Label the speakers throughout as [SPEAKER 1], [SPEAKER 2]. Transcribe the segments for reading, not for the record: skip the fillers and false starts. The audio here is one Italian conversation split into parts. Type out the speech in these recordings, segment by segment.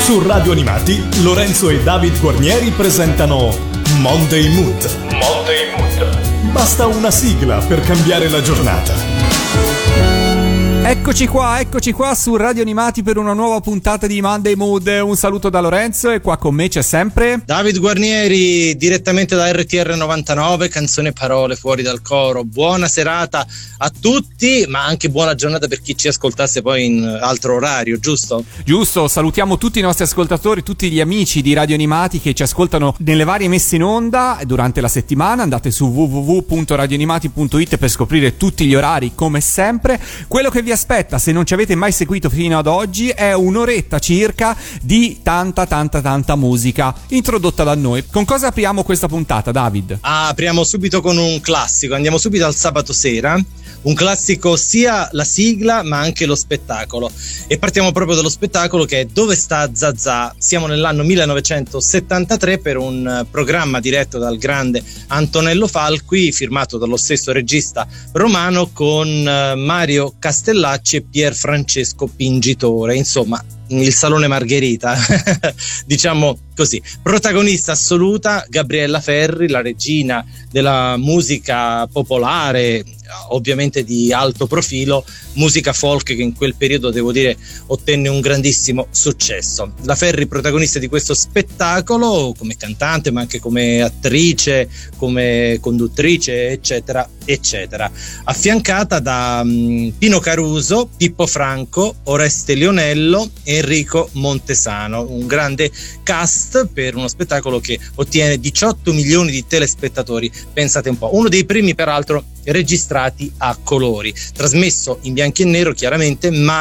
[SPEAKER 1] Su Radio Animati, Lorenzo e David Guarnieri presentano Monday Mood. Monday Mood. Basta una sigla per cambiare la giornata.
[SPEAKER 2] Eccoci qua su Radio Animati per una nuova puntata di Monday Mood. Un saluto da Lorenzo e qua con me c'è sempre
[SPEAKER 3] David Guarnieri, direttamente da RTR 99, canzone e parole fuori dal coro. Buona serata a tutti, ma anche buona giornata per chi ci ascoltasse poi in altro orario, giusto?
[SPEAKER 2] Giusto, salutiamo tutti i nostri ascoltatori, tutti gli amici di Radio Animati che ci ascoltano nelle varie messe in onda durante la settimana. Andate su www.radioanimati.it per scoprire tutti gli orari come sempre. Quello che vi aspetta, se non ci avete mai seguito fino ad oggi, è un'oretta circa di tanta musica introdotta da noi. Con cosa apriamo questa puntata, David?
[SPEAKER 3] Apriamo subito con un classico, andiamo subito al sabato sera. Un classico sia la sigla ma anche lo spettacolo, e partiamo proprio dallo spettacolo, che è Dove sta Zazà. Siamo nell'anno 1973 per un programma diretto dal grande Antonello Falqui, firmato dallo stesso regista romano, con Mario Castellacci e Pier Francesco Pingitore. Insomma, il Salone Margherita diciamo così. Protagonista assoluta Gabriella Ferri, la regina della musica popolare, ovviamente di alto profilo, musica folk che in quel periodo, devo dire, ottenne un grandissimo successo. La Ferri protagonista di questo spettacolo come cantante, ma anche come attrice, come conduttrice, eccetera eccetera, affiancata da Pino Caruso, Pippo Franco, Oreste Lionello e Enrico Montesano. Un grande cast per uno spettacolo che ottiene 18 milioni di telespettatori, pensate un po'. Uno dei primi, peraltro, registrati a colori, trasmesso in bianco e nero chiaramente, ma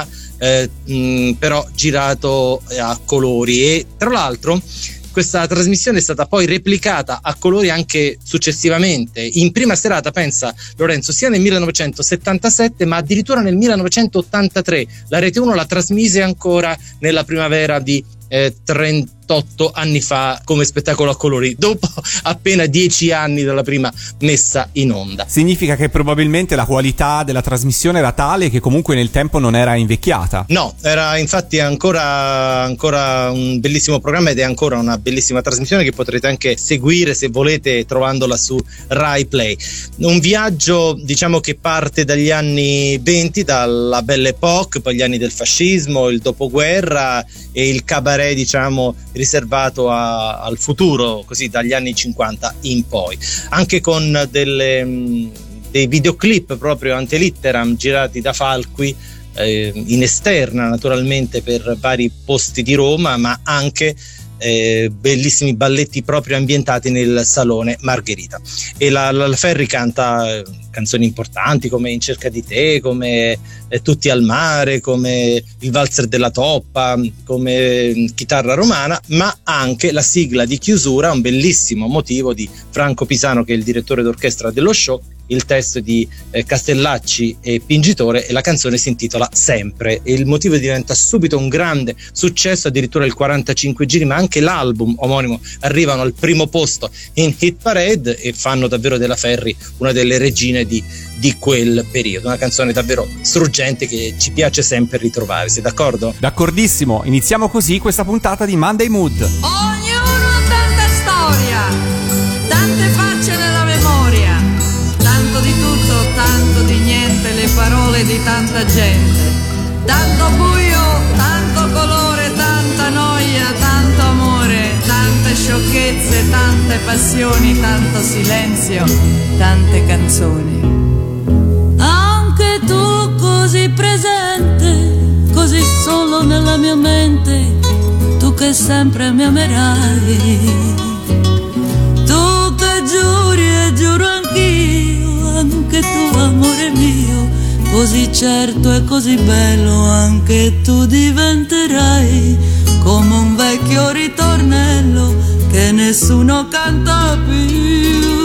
[SPEAKER 3] però girato a colori. E tra l'altro questa trasmissione è stata poi replicata a colori anche successivamente, in prima serata, pensa Lorenzo, sia nel 1977 ma addirittura nel 1983. La Rete 1 la trasmise ancora nella primavera di 38 anni fa come spettacolo a colori, dopo appena 10 anni dalla prima messa in onda.
[SPEAKER 2] Significa che probabilmente la qualità della trasmissione era tale che comunque nel tempo non era invecchiata.
[SPEAKER 3] No, era infatti ancora un bellissimo programma, ed è ancora una bellissima trasmissione che potrete anche seguire, se volete, trovandola su Rai Play. Un viaggio, diciamo, che parte dagli anni 20, dalla Belle Époque, poi gli anni del fascismo, il dopoguerra e il cabaret, diciamo, riservato al futuro, così dagli anni 50 in poi, anche con dei videoclip proprio ante litteram girati da Falqui in esterna, naturalmente, per vari posti di Roma, ma anche bellissimi balletti proprio ambientati nel Salone Margherita. E la Ferri canta canzoni importanti come In cerca di te, come Tutti al mare, come Il valzer della toppa, come Chitarra romana, ma anche la sigla di chiusura, un bellissimo motivo di Franco Pisano, che è il direttore d'orchestra dello show. Il testo di Castellacci e Pingitore, e la canzone si intitola Sempre, e il motivo diventa subito un grande successo, addirittura il 45 giri, ma anche l'album omonimo arrivano al primo posto in Hit Parade e fanno davvero della Ferri una delle regine di quel periodo. Una canzone davvero struggente che ci piace sempre ritrovare, sei d'accordo?
[SPEAKER 2] D'accordissimo, iniziamo così questa puntata di Monday Mood.
[SPEAKER 4] Ognuno ha tanta storia, tante facce nella memoria, tanto di tutto, tanto di niente, le parole di tanta gente, tanto buio, tanto colore, tanta noia, tanto amore, tante sciocchezze, tante passioni, tanto silenzio, tante canzoni. Anche tu così presente, così solo nella mia mente, tu che sempre mi amerai, tu che giuri e giuro anch'io, anche tu amore mio, così certo e così bello anche tu diventerai, come un vecchio ritornello che nessuno canta più.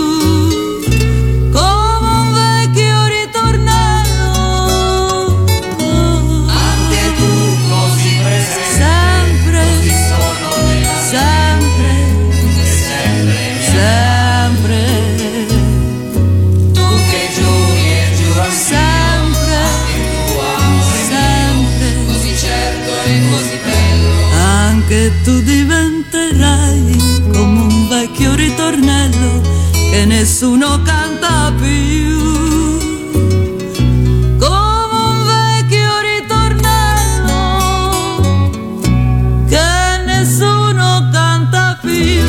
[SPEAKER 4] anche tu diventerai come un vecchio ritornello che nessuno canta più. Come un vecchio ritornello che nessuno canta più.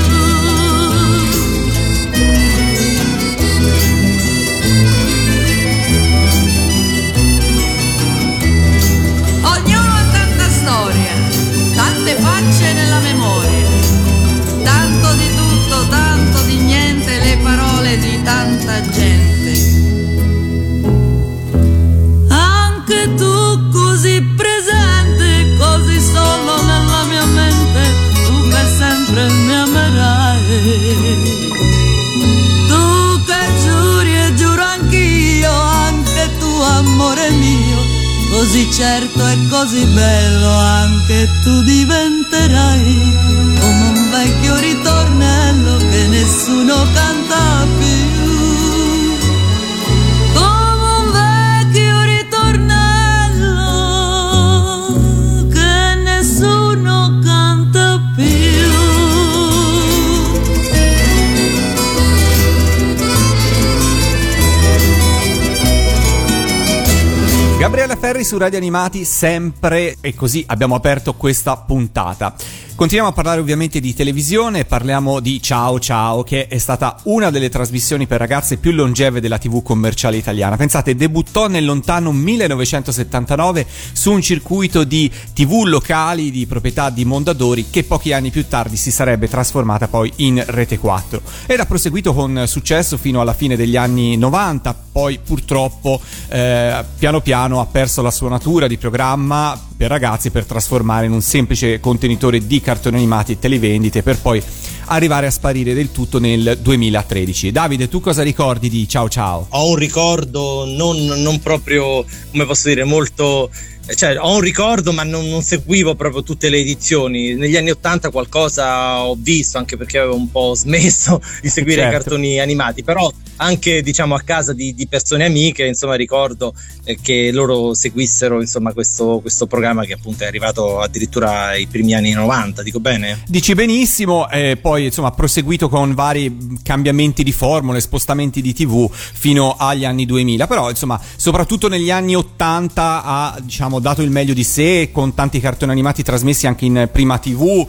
[SPEAKER 4] Tante facce nella memoria, tanto di tutto, tanto di niente, le parole di tanta gente. Anche tu così presente, così solo nella mia mente, tu che sempre mi amerai. Tu che giuri e giuro anch'io, anche tu amore mio, così certo e così bello, anche tu diventerai come un vecchio ritornello che nessuno canta più. Come un vecchio ritornello che nessuno canta più.
[SPEAKER 2] Gabriele Ferri su Radio Animati, sempre, e così abbiamo aperto questa puntata. Continuiamo a parlare ovviamente di televisione, parliamo di Ciao Ciao, che è stata una delle trasmissioni per ragazze più longeve della TV commerciale italiana. Pensate, debuttò nel lontano 1979 su un circuito di TV locali di proprietà di Mondadori, che pochi anni più tardi si sarebbe trasformata poi in Rete 4 ed ha proseguito con successo fino alla fine degli anni 90. Poi purtroppo piano piano ha perso la sua natura di programma per ragazzi per trasformare in un semplice contenitore di cartoni animati e televendite, per poi arrivare a sparire del tutto nel 2013. Davide, tu cosa ricordi di Ciao Ciao?
[SPEAKER 3] Ho un ricordo non proprio, come posso dire, molto... Cioè, ho un ricordo, ma non seguivo proprio tutte le edizioni. Negli anni 80 qualcosa ho visto, anche perché avevo un po' smesso di seguire i cartoni animati, però anche, diciamo, a casa di persone amiche, insomma, ricordo che loro seguissero, insomma, questo programma che appunto è arrivato addirittura ai primi anni 90, dico bene?
[SPEAKER 2] Dici benissimo, poi insomma ha proseguito con vari cambiamenti di formule, spostamenti di TV fino agli anni 2000, però insomma soprattutto negli anni 80 ha, diciamo, dato il meglio di sé, con tanti cartoni animati trasmessi anche in Prima TV,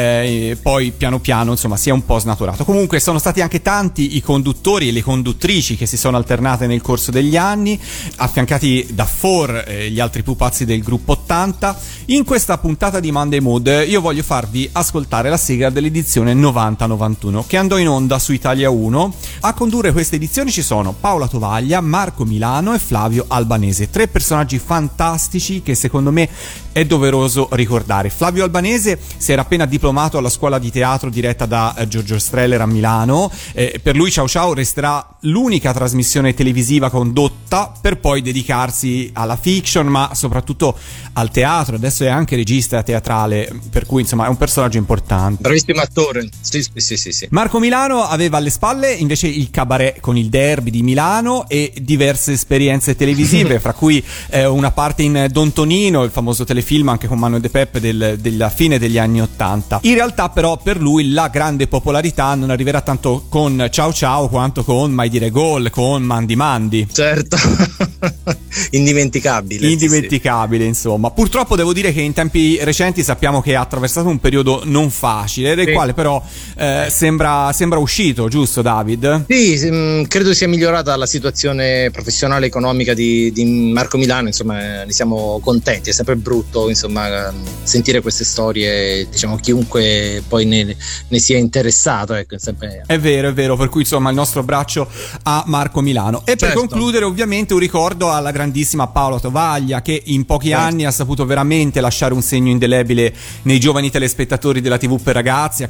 [SPEAKER 2] poi piano piano insomma si è un po' snaturato. Comunque sono stati anche tanti i conduttori e le conduttrici che si sono alternate nel corso degli anni, affiancati da Four, gli altri pupazzi del gruppo 80. In questa puntata di Monday Mood io voglio farvi ascoltare la sigla dell'edizione 90-91 che andò in onda su Italia 1. A condurre queste edizioni ci sono Paola Tovaglia, Marco Milano e Flavio Albanese, tre personaggi fantastici che secondo me è doveroso ricordare. Flavio Albanese si era appena diplomato alla scuola di teatro diretta da Giorgio Streller a Milano, per lui Ciao Ciao resterà l'unica trasmissione televisiva condotta, per poi dedicarsi alla fiction ma soprattutto al teatro. Adesso è anche regista teatrale, per cui insomma è un personaggio importante.
[SPEAKER 3] Bravissimo attore. Sì.
[SPEAKER 2] Marco Milano aveva alle spalle invece il cabaret con il Derby di Milano e diverse esperienze televisive, fra cui una parte in Don Tonino, il famoso telefilm anche con Mano e De Peppe della fine degli anni 80. In realtà però per lui la grande popolarità non arriverà tanto con Ciao Ciao quanto con Mai Dire Gol, con Mandi Mandi.
[SPEAKER 3] Certo. Indimenticabile,
[SPEAKER 2] insomma. Purtroppo devo dire che in tempi recenti sappiamo che ha attraversato un periodo non facile, del quale però sembra uscito, giusto David?
[SPEAKER 3] Sì, credo sia migliorata la situazione professionale e economica di Marco Milano, insomma ne siamo contenti. È sempre brutto, insomma, sentire queste storie, diciamo, chiunque poi ne sia interessato, ecco, sempre...
[SPEAKER 2] È vero, per cui insomma il nostro abbraccio a Marco Milano. E per concludere ovviamente un ricordo alla grandissima Paola Tovaglia, che in pochi anni ha saputo veramente lasciare un segno indelebile nei giovani telespettatori della TV per ragazzi, a cavallo fra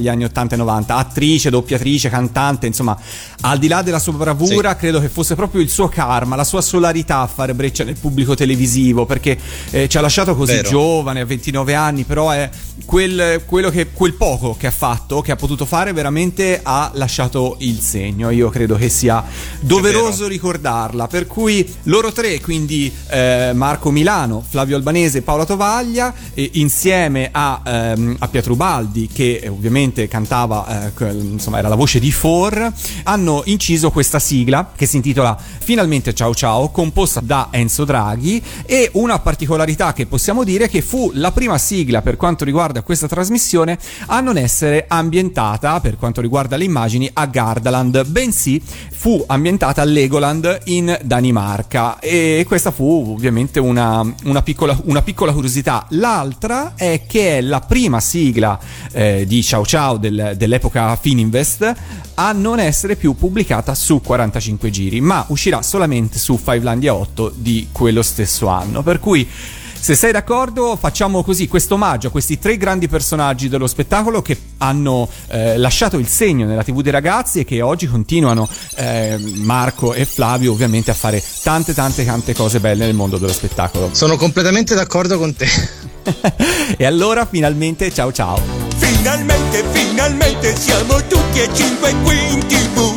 [SPEAKER 2] agli anni 80 e 90, attrice, doppiatrice, cantante, insomma, al di là della sua bravura, credo che fosse proprio il suo karma, la sua solarità a fare breccia nel pubblico televisivo, perché ci ha lasciato così giovane, a 29 anni, però è quel poco che ha fatto, che ha potuto fare, veramente ha lasciato il segno. Io credo che sia doveroso ricordarla, per cui loro tre, quindi Marco Milano, Flavio Albanese e Paola Tovaglia, insieme a Pietro Ubaldi, che ovviamente cantava, insomma era la voce di Four, hanno inciso questa sigla che si intitola Finalmente Ciao Ciao, composta da Enzo Draghi, e una particolarità che possiamo dire che fu la prima sigla per quanto riguarda questa trasmissione a non essere ambientata, per quanto riguarda le immagini, a Gardaland, bensì fu ambientata a Legoland in Danimarca, e questa fu ovviamente una piccola curiosità. L'altra è che è la prima sigla di Ciao Ciao dell'epoca Fininvest a non essere più pubblicata su 45 giri, ma uscirà solamente su Fivelandia 8 di quello stesso anno, per cui se sei d'accordo facciamo così questo omaggio a questi tre grandi personaggi dello spettacolo che hanno lasciato il segno nella TV dei ragazzi e che oggi continuano, Marco e Flavio ovviamente, a fare tante cose belle nel mondo dello spettacolo.
[SPEAKER 3] Sono completamente d'accordo con te.
[SPEAKER 2] E allora finalmente ciao ciao.
[SPEAKER 5] Finalmente siamo tutti e 5 qui in TV.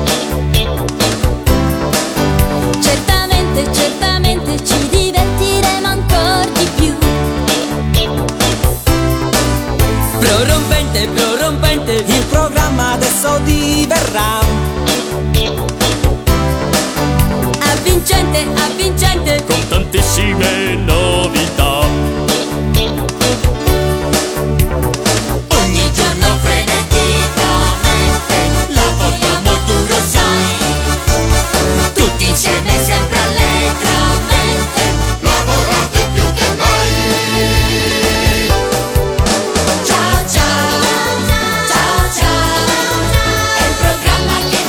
[SPEAKER 6] Certamente ci divertiremo ancora di più.
[SPEAKER 5] Prorompente, il programma adesso diverrà.
[SPEAKER 6] Avvincente,
[SPEAKER 5] con tantissime novità. Ogni giorno freneticamente lavoriamo duro, sai. Tutti insieme sempre allegramente, lavorate più che mai. Ciao ciao, ciao ciao, è il programma che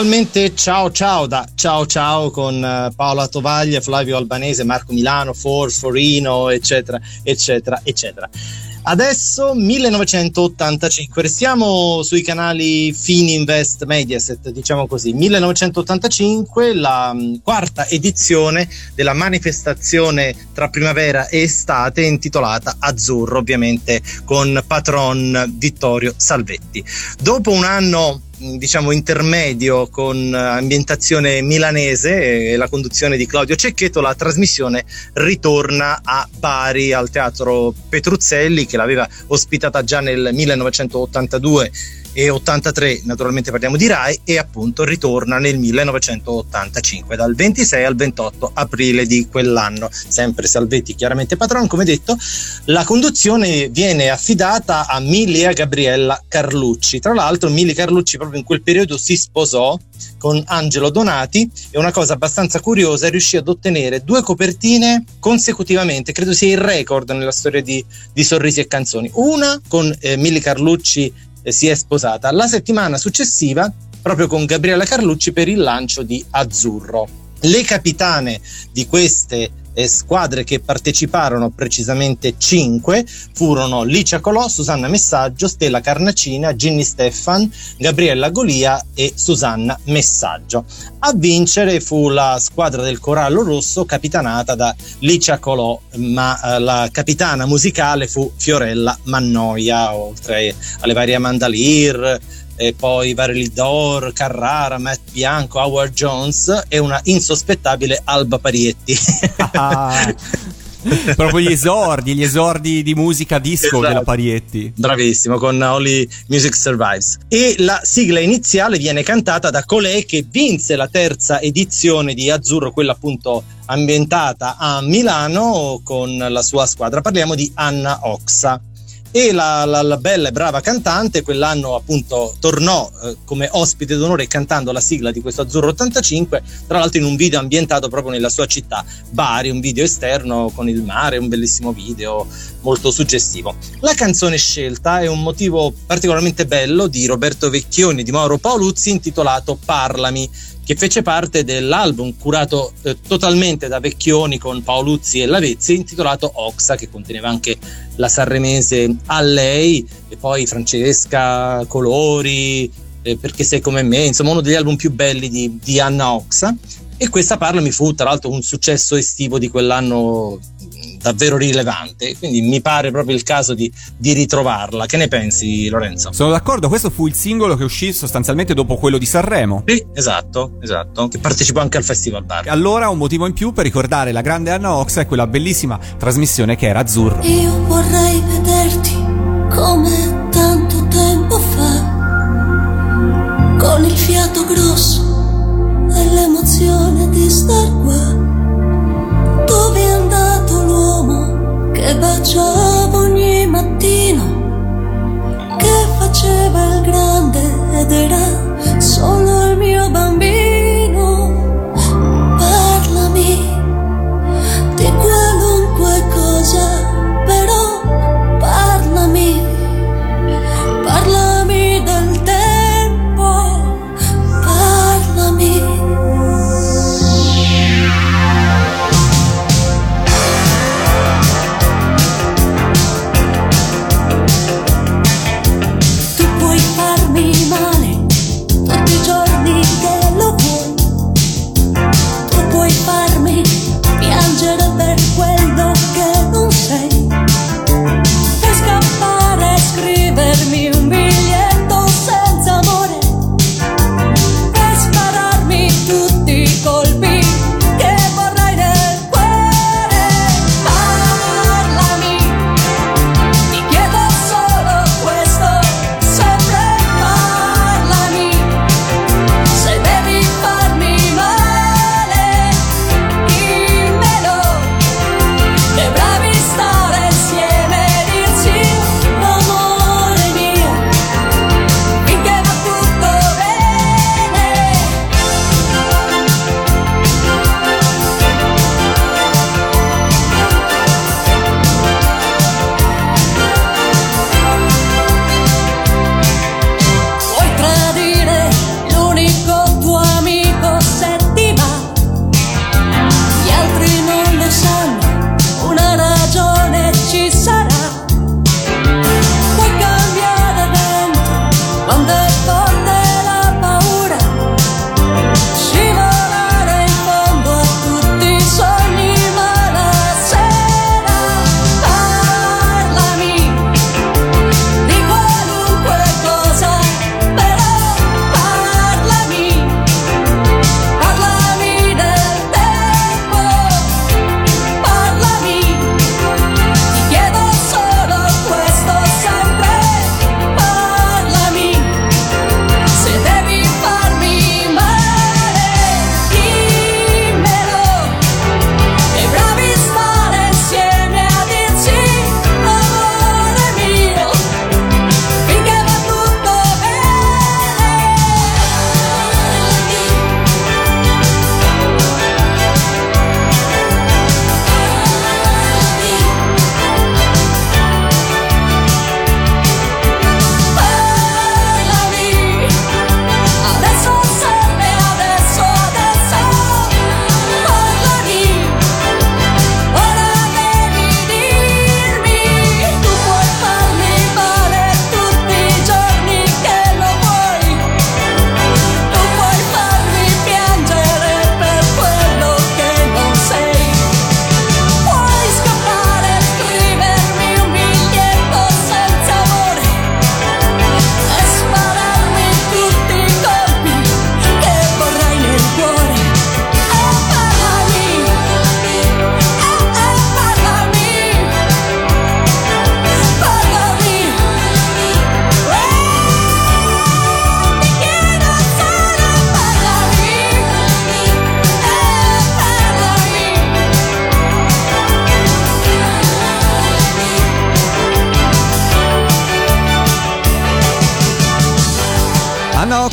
[SPEAKER 3] finalmente ciao da ciao con Paola Tovaglia, Flavio Albanese, Marco Milano, Forino, eccetera. Adesso 1985, restiamo sui canali Fininvest Mediaset, diciamo così. 1985, la quarta edizione della manifestazione tra primavera e estate intitolata Azzurro, ovviamente con patron Vittorio Salvetti. Dopo un anno diciamo intermedio con ambientazione milanese e la conduzione di Claudio Cecchetto, la trasmissione ritorna a Bari al Teatro Petruzzelli, che l'aveva ospitata già nel 1982 e 83, naturalmente parliamo di Rai, e appunto ritorna nel 1985 dal 26 al 28 aprile di quell'anno. Sempre Salvetti chiaramente patron, come detto. La conduzione viene affidata a Mili e a Gabriella Carlucci. Tra l'altro Mili Carlucci proprio in quel periodo si sposò con Angelo Donati e una cosa abbastanza curiosa, riuscì ad ottenere 2 copertine consecutivamente, credo sia il record nella storia di Sorrisi e Canzoni. Una con Mili Carlucci si è sposata la settimana successiva proprio con Gabriella Carlucci per il lancio di Azzurro. Le capitane di queste squadre che parteciparono, precisamente 5, furono Licia Colò, Susanna Messaggio, Stella Carnacina, Ginny Steffan, Gabriella Golia e Susanna Messaggio. A vincere fu la squadra del Corallo Rosso, capitanata da Licia Colò, ma la capitana musicale fu Fiorella Mannoia, oltre alle varie Amanda Lear, e poi Valerie Dor, Carrara, Matt Bianco, Howard Jones e una insospettabile Alba Parietti.
[SPEAKER 2] Proprio gli esordi di musica disco, esatto, della Parietti.
[SPEAKER 3] Bravissimo, con Only Music Survives. E la sigla iniziale viene cantata da colei che vinse la terza edizione di Azzurro, quella appunto ambientata a Milano con la sua squadra. Parliamo di Anna Oxa. E la bella e brava cantante quell'anno appunto tornò come ospite d'onore cantando la sigla di questo Azzurro 85, tra l'altro in un video ambientato proprio nella sua città, Bari, un video esterno con il mare, un bellissimo video molto suggestivo. La canzone scelta è un motivo particolarmente bello di Roberto Vecchioni e di Mauro Paoluzzi, intitolato Parlami, che fece parte dell'album curato totalmente da Vecchioni con Paoluzzi e Lavezzi, intitolato Oxa, che conteneva anche la sanremese A Lei e poi Francesca, Colori, Perché sei come me, insomma uno degli album più belli di Anna Oxa. E questa Parlami fu tra l'altro un successo estivo di quell'anno davvero rilevante, quindi mi pare proprio il caso di ritrovarla. Che ne pensi, Lorenzo?
[SPEAKER 2] Sono d'accordo, questo fu il singolo che uscì sostanzialmente dopo quello di Sanremo.
[SPEAKER 3] Sì, esatto, che partecipò anche al Festival Bar.
[SPEAKER 2] Allora un motivo in più per ricordare la grande Anna Oxa e quella bellissima trasmissione che era Azzurro.
[SPEAKER 6] Io vorrei vederti come tanto tempo fa, con il fiato grosso e l'emozione di star qua. Dove è andato l'uomo che baciavo ogni mattino, che faceva il grande ed era solo il mio bambino? Parlami di qualunque cosa, però parlami del tempo, parlami.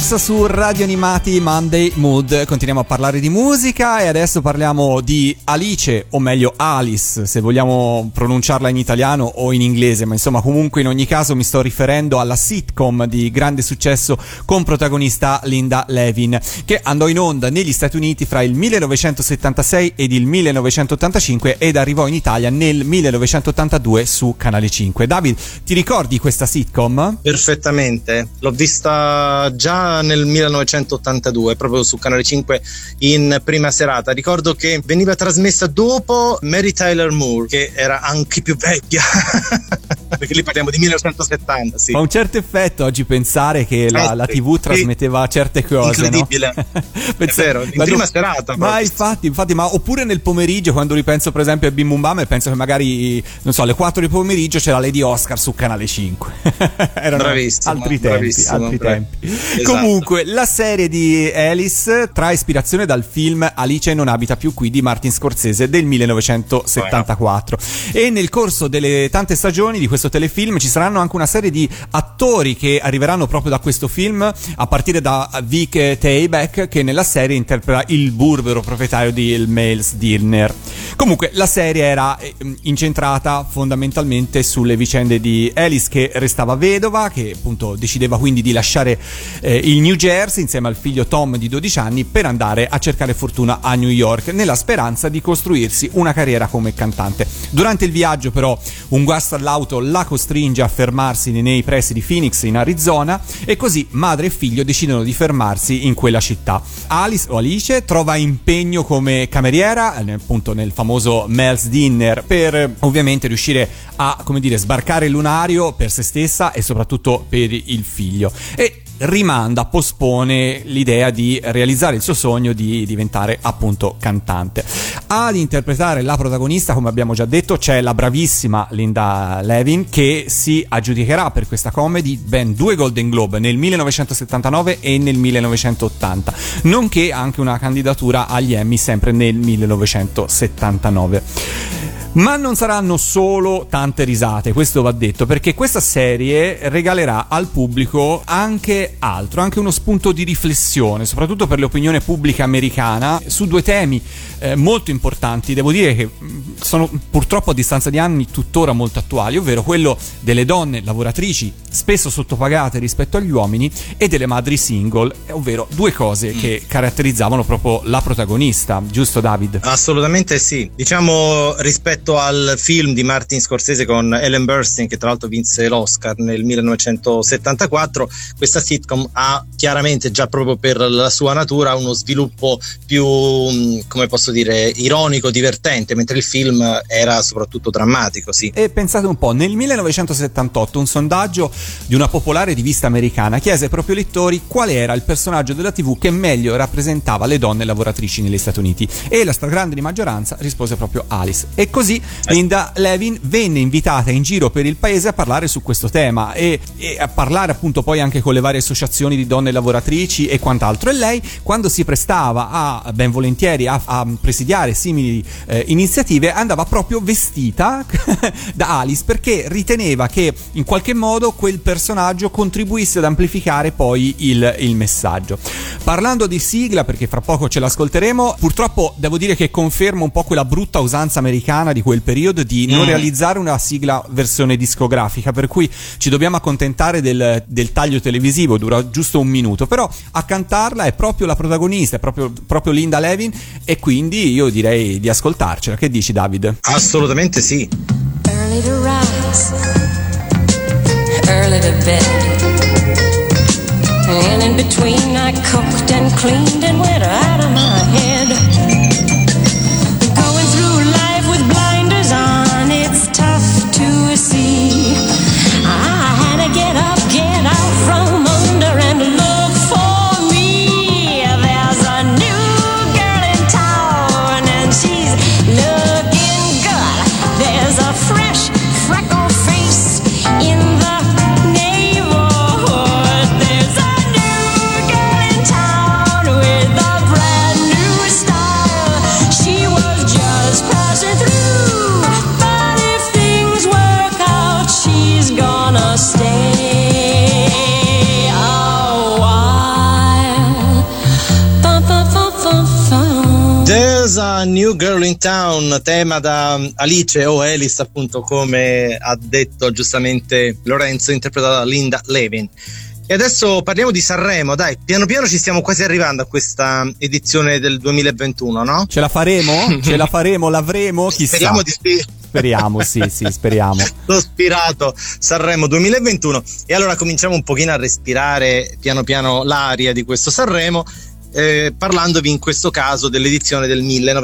[SPEAKER 2] Alice su Radio Animati Monday Mood. Continuiamo a parlare di musica e adesso parliamo di Alice, o meglio Alice, se vogliamo pronunciarla in italiano o in inglese, ma insomma comunque in ogni caso mi sto riferendo alla sitcom di grande successo con protagonista Linda Levin, che andò in onda negli Stati Uniti fra il 1976 ed il 1985 ed arrivò in Italia nel 1982 su Canale 5. David, ti ricordi questa sitcom?
[SPEAKER 3] Perfettamente, l'ho vista già nel 1982 proprio su Canale 5 in prima serata. Ricordo che veniva trasmessa dopo Mary Tyler Moore, che era anche più vecchia perché lì parliamo di 1970. Sì.
[SPEAKER 2] Fa un certo effetto oggi pensare che la TV trasmetteva certe cose,
[SPEAKER 3] incredibile, no? È vero, in prima serata
[SPEAKER 2] ma infatti, ma oppure nel pomeriggio, quando ripenso per esempio a Bim Bum Bam e penso che magari, non so, alle 4 di pomeriggio c'era Lady Oscar su Canale 5. Erano altri tempi. Esatto. Comunque la serie di Alice trae ispirazione dal film Alice non abita più qui di Martin Scorsese del 1974 e nel corso delle tante stagioni di questo telefilm ci saranno anche una serie di attori che arriveranno proprio da questo film, a partire da Vic Tayback, che nella serie interpreta il burbero proprietario di Il Mail's Dinner. Comunque la serie era incentrata fondamentalmente sulle vicende di Alice, che restava vedova, che appunto decideva quindi di lasciare il New Jersey insieme al figlio Tom di 12 anni per andare a cercare fortuna a New York, nella speranza di costruirsi una carriera come cantante. Durante il viaggio però un guasto all'auto la costringe a fermarsi nei pressi di Phoenix in Arizona e così madre e figlio decidono di fermarsi in quella città. Alice trova impegno come cameriera appunto nel famoso Mel's Dinner per ovviamente riuscire a, come dire, sbarcare il lunario per se stessa e soprattutto per il figlio, e pospone l'idea di realizzare il suo sogno di diventare appunto cantante. Ad interpretare la protagonista, come abbiamo già detto, c'è la bravissima Linda Levin, che si aggiudicherà per questa comedy ben 2 Golden Globe nel 1979 e nel 1980, nonché anche una candidatura agli Emmy sempre nel 1979. Ma non saranno solo tante risate, questo va detto, perché questa serie regalerà al pubblico anche altro, anche uno spunto di riflessione, soprattutto per l'opinione pubblica americana, su 2 temi molto importanti, devo dire che sono purtroppo a distanza di anni tuttora molto attuali, ovvero quello delle donne lavoratrici spesso sottopagate rispetto agli uomini e delle madri single, ovvero 2 cose che caratterizzavano proprio la protagonista, giusto David?
[SPEAKER 3] Assolutamente sì, diciamo rispetto al film di Martin Scorsese con Ellen Burstyn, che tra l'altro vinse l'Oscar nel 1974, questa sitcom ha chiaramente, già proprio per la sua natura, uno sviluppo più, come posso dire, ironico, divertente, mentre il film era soprattutto drammatico, sì.
[SPEAKER 2] E pensate un po', nel 1978 un sondaggio di una popolare rivista americana chiese ai propri lettori qual era il personaggio della TV che meglio rappresentava le donne lavoratrici negli Stati Uniti, e la stragrande maggioranza rispose proprio Alice, e così Linda Levin venne invitata in giro per il paese a parlare su questo tema e a parlare appunto poi anche con le varie associazioni di donne lavoratrici e quant'altro, e lei, quando si prestava a ben volentieri a presidiare simili iniziative, andava proprio vestita da Alice, perché riteneva che in qualche modo quel personaggio contribuisse ad amplificare poi il messaggio. Parlando di sigla, perché fra poco ce l'ascolteremo, purtroppo devo dire che conferma un po' quella brutta usanza americana di quel periodo di non realizzare una sigla versione discografica, per cui ci dobbiamo accontentare del taglio televisivo, dura giusto 1 minuto, però a cantarla è proprio la protagonista, è proprio Linda Levin, e quindi io direi di ascoltarcela. Che dici David?
[SPEAKER 3] Assolutamente sì.
[SPEAKER 6] Early to rise, early to bed, and in between I cooked and cleaned and went out of my head. Going through life with blinders on, it's tough to see. I had to get up, get out from under and look for me. There's a new girl in town and she's looking good. There's a fresh, freckled face in the neighborhood. There's a new girl in town with a brand new style.
[SPEAKER 3] famosa New Girl in Town, tema da Alice o Alice, appunto, come ha detto giustamente Lorenzo, interpretata da Linda Levin. E adesso parliamo di Sanremo, dai, piano piano ci stiamo quasi arrivando a questa edizione del 2021, no?
[SPEAKER 2] Ce la faremo? Ce la faremo? L'avremo? Chissà.
[SPEAKER 3] Speriamo di sì.
[SPEAKER 2] Speriamo, sì, speriamo.
[SPEAKER 3] L'ho spirato, Sanremo 2021. E allora cominciamo un pochino a respirare piano piano l'aria di questo Sanremo, parlandovi in questo caso dell'edizione del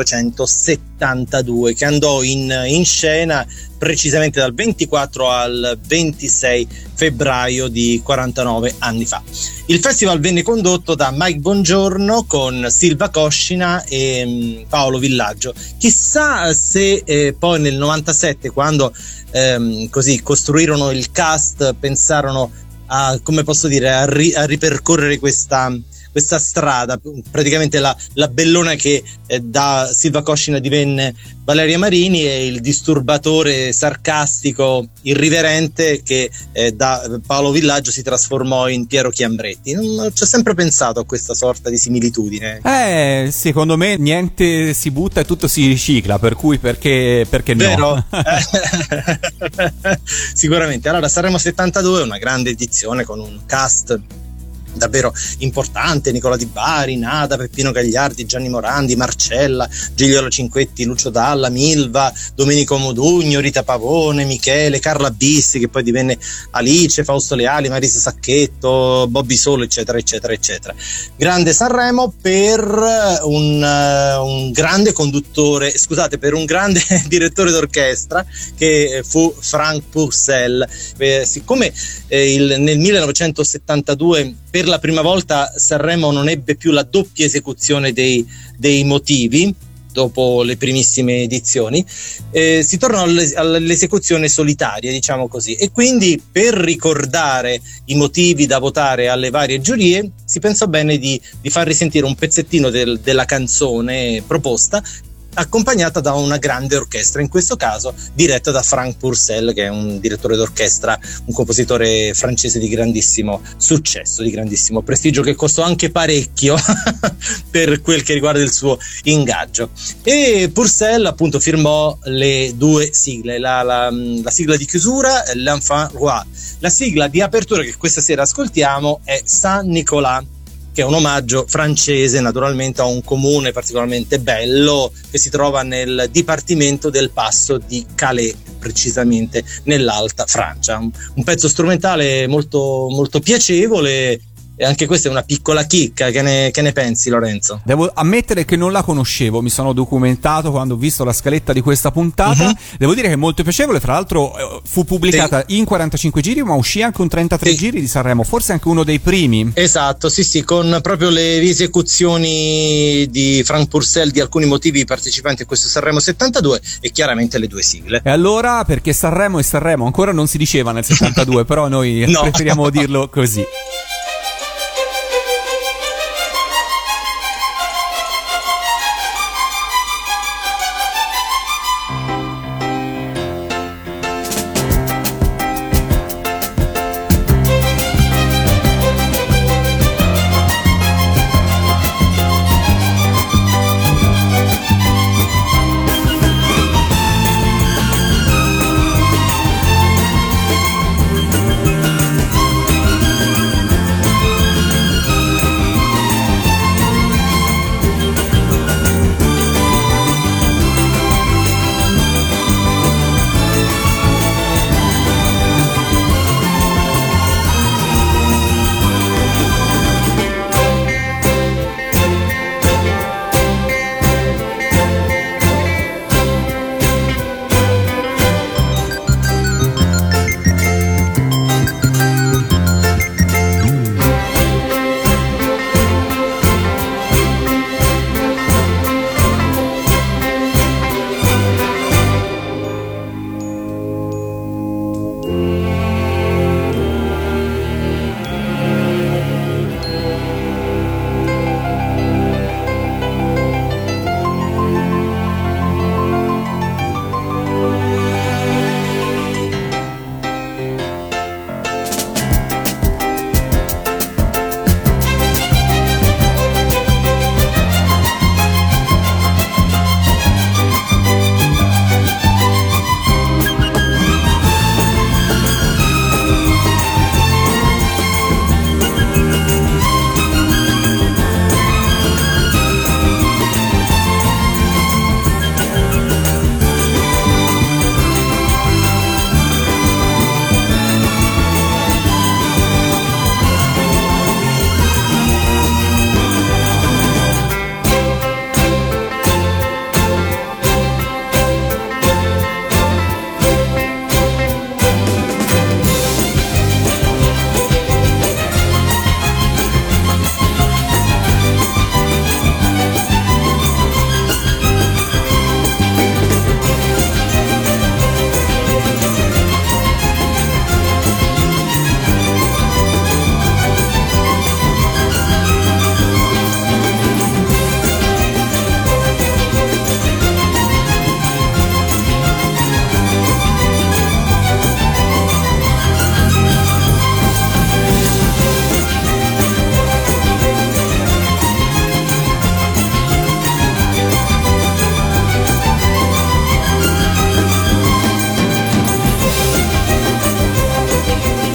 [SPEAKER 3] 1972, che andò in scena precisamente dal 24 al 26 febbraio di 49 anni fa. Il festival venne condotto da Mike Bongiorno con Silva Coscina e Paolo Villaggio. Chissà se poi nel 97, quando così costruirono il cast, pensarono a, come posso dire, a ripercorrere questa strada, praticamente la bellona che da Silva Coscina divenne Valeria Marini e il disturbatore sarcastico irriverente che da Paolo Villaggio si trasformò in Piero Chiambretti. Non ci ho sempre pensato a questa sorta di similitudine.
[SPEAKER 2] Secondo me niente si butta e tutto si ricicla, per cui perché
[SPEAKER 3] Vero?
[SPEAKER 2] no?
[SPEAKER 3] Sicuramente. Allora, Sanremo 72 è una grande edizione con un cast davvero importante: Nicola Di Bari, Nada, Peppino Gagliardi, Gianni Morandi, Marcella, Gigliola Cinquetti, Lucio Dalla, Milva, Domenico Modugno, Rita Pavone, Michele, Carla Bissi, che poi divenne Alice, Fausto Leali, Marisa Sacchetto, Bobby Solo, eccetera eccetera eccetera. Grande Sanremo per un grande conduttore, scusate, per un grande direttore d'orchestra, che fu Frank Purcell. Siccome nel 1972 per la prima volta Sanremo non ebbe più la doppia esecuzione dei motivi, dopo le primissime edizioni, si tornò all'esecuzione solitaria, diciamo così, e quindi per ricordare i motivi da votare alle varie giurie si pensò bene di far risentire un pezzettino della canzone proposta, accompagnata da una grande orchestra, in questo caso diretta da Frank Purcell, che è un direttore d'orchestra, un compositore francese di grandissimo successo, di grandissimo prestigio, che costò anche parecchio per quel che riguarda il suo ingaggio. E Purcell appunto firmò le due sigle, la sigla di chiusura, l'Enfant Roi. La sigla di apertura che questa sera ascoltiamo è Saint-Nicolas, che è un omaggio francese naturalmente a un comune particolarmente bello che si trova nel dipartimento del Passo di Calais, precisamente nell'Alta Francia. Un pezzo strumentale molto, molto piacevole. E anche questa è una piccola chicca. Che ne pensi, Lorenzo?
[SPEAKER 2] Devo ammettere che non la conoscevo, mi sono documentato quando ho visto la scaletta di questa puntata. Devo dire che è molto piacevole, fra l'altro fu pubblicata in 45 giri, ma uscì anche un 33 giri di Sanremo, forse anche uno dei primi.
[SPEAKER 3] Esatto, sì, con proprio le riesecuzioni di Frank Purcell di alcuni motivi partecipanti a questo Sanremo 72 e chiaramente le due sigle.
[SPEAKER 2] E allora, perché Sanremo è Sanremo, ancora non si diceva nel 72, però noi preferiamo dirlo così.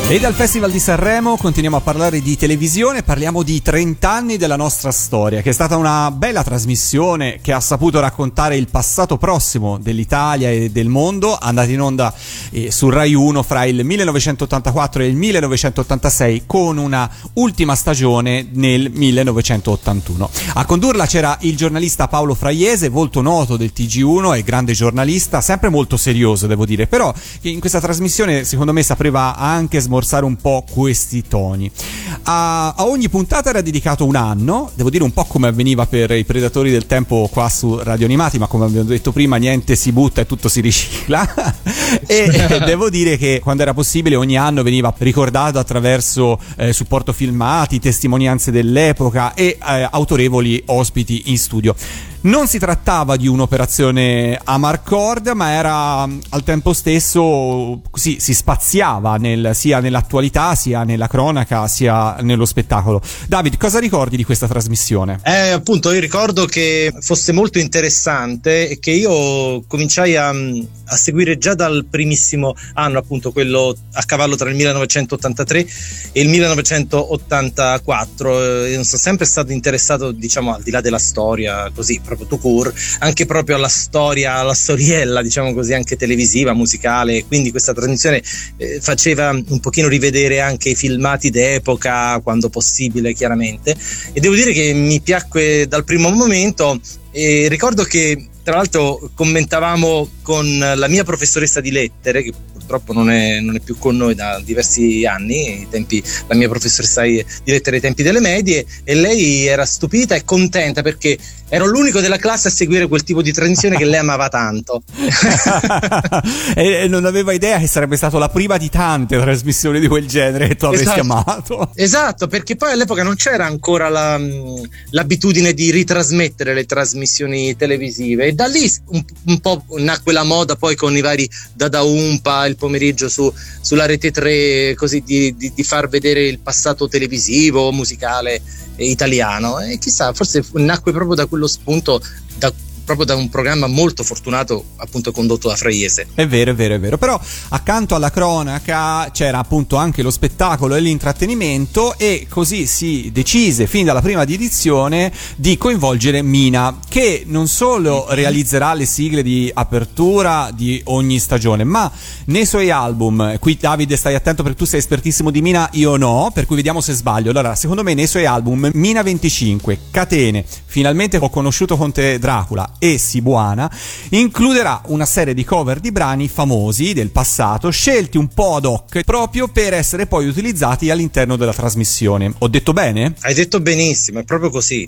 [SPEAKER 2] E dal Festival di Sanremo continuiamo a parlare di televisione, parliamo di 30 anni della nostra storia, che è stata una bella trasmissione che ha saputo raccontare il passato prossimo dell'Italia e del mondo, andata in onda su Rai 1 fra il 1984 e il 1986, con una ultima stagione nel 1981. A condurla c'era il giornalista Paolo Fraiese, volto noto del TG1 e grande giornalista, sempre molto serioso devo dire, però in questa trasmissione secondo me sapeva anche smorzare un po' questi toni. A ogni puntata era dedicato un anno, devo dire un po' come avveniva per i Predatori del Tempo qua su Radio Animati, ma come abbiamo detto prima niente si butta e tutto si ricicla e devo dire che quando era possibile ogni anno veniva ricordato attraverso supporto filmati, testimonianze dell'epoca e autorevoli ospiti in studio. Non si trattava di un'operazione a marcord, ma era al tempo stesso così, si spaziava sia nell'attualità, sia nella cronaca, sia nello spettacolo. David, cosa ricordi di questa trasmissione?
[SPEAKER 3] Appunto, io ricordo che fosse molto interessante e che io cominciai a seguire già dal primissimo anno, appunto quello a cavallo tra il 1983 e il 1984. Io sono sempre stato interessato, diciamo, al di là della storia, così proprio tout court, anche proprio alla storia, alla storiella, diciamo così, anche televisiva, musicale. Quindi questa trasmissione faceva un pochino rivedere anche i filmati d'epoca, quando possibile, chiaramente, e devo dire che mi piacque dal primo momento. E ricordo che tra l'altro commentavamo con la mia professoressa di lettere, che purtroppo non è più con noi da diversi anni, la mia professoressa di lettere ai tempi delle medie, e lei era stupita e contenta perché ero l'unico della classe a seguire quel tipo di trasmissione che lei amava tanto.
[SPEAKER 2] E non aveva idea che sarebbe stata la prima di tante trasmissioni di quel genere che tu avresti amato.
[SPEAKER 3] Esatto, perché poi all'epoca non c'era ancora l'abitudine di ritrasmettere le trasmissioni televisive, e da lì un po' nacque la moda poi con i vari Dada Umpa il pomeriggio sulla Rete 3, così di far vedere il passato televisivo, musicale italiano, e chissà, forse nacque proprio da quello spunto, proprio da un programma molto fortunato, appunto condotto da Fraiese.
[SPEAKER 2] È vero, però accanto alla cronaca c'era appunto anche lo spettacolo e l'intrattenimento, e così si decise fin dalla prima edizione di coinvolgere Mina, che non solo realizzerà le sigle di apertura di ogni stagione, ma nei suoi album, qui Davide stai attento perché tu sei espertissimo di Mina, io no, per cui vediamo se sbaglio. Allora, secondo me nei suoi album Mina 25, Catene, Finalmente ho conosciuto Conte Dracula e Sibuana, includerà una serie di cover di brani famosi del passato, scelti un po' ad hoc proprio per essere poi utilizzati all'interno della trasmissione. Ho detto bene?
[SPEAKER 3] Hai detto benissimo, è proprio così.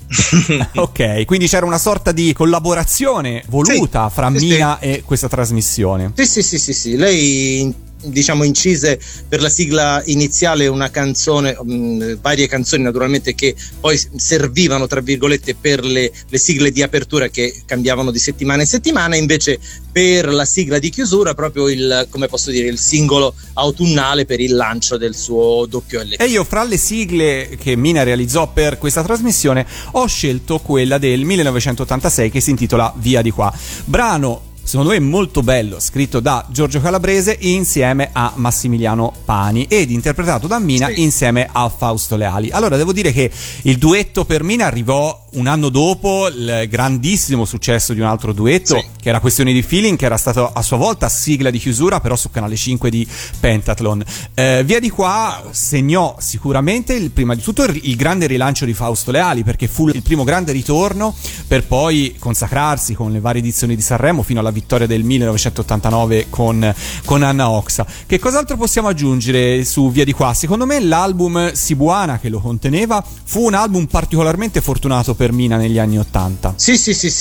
[SPEAKER 2] Ok, quindi c'era una sorta di collaborazione voluta fra Mina e questa trasmissione.
[SPEAKER 3] Sì. Lei, diciamo, incise per la sigla iniziale una canzone, varie canzoni naturalmente, che poi servivano tra virgolette per le sigle di apertura, che cambiavano di settimana in settimana. Invece per la sigla di chiusura proprio il singolo autunnale per il lancio del suo doppio LP.
[SPEAKER 2] E io fra le sigle che Mina realizzò per questa trasmissione ho scelto quella del 1986 che si intitola Via di qua, brano secondo me molto bello, scritto da Giorgio Calabrese insieme a Massimiliano Pani ed interpretato da Mina insieme a Fausto Leali. Allora devo dire che il duetto per Mina arrivò un anno dopo il grandissimo successo di un altro duetto, che era Questioni di Feeling, che era stato a sua volta sigla di chiusura però su Canale 5 di Pentathlon. Via di qua segnò sicuramente prima di tutto il grande rilancio di Fausto Leali, perché fu il primo grande ritorno per poi consacrarsi con le varie edizioni di Sanremo fino alla vittoria del 1989 con Anna Oxa. Che cos'altro possiamo aggiungere su Via di qua? Secondo me l'album Sibuana, che lo conteneva, fu un album particolarmente fortunato per Mina negli anni '80. Sì,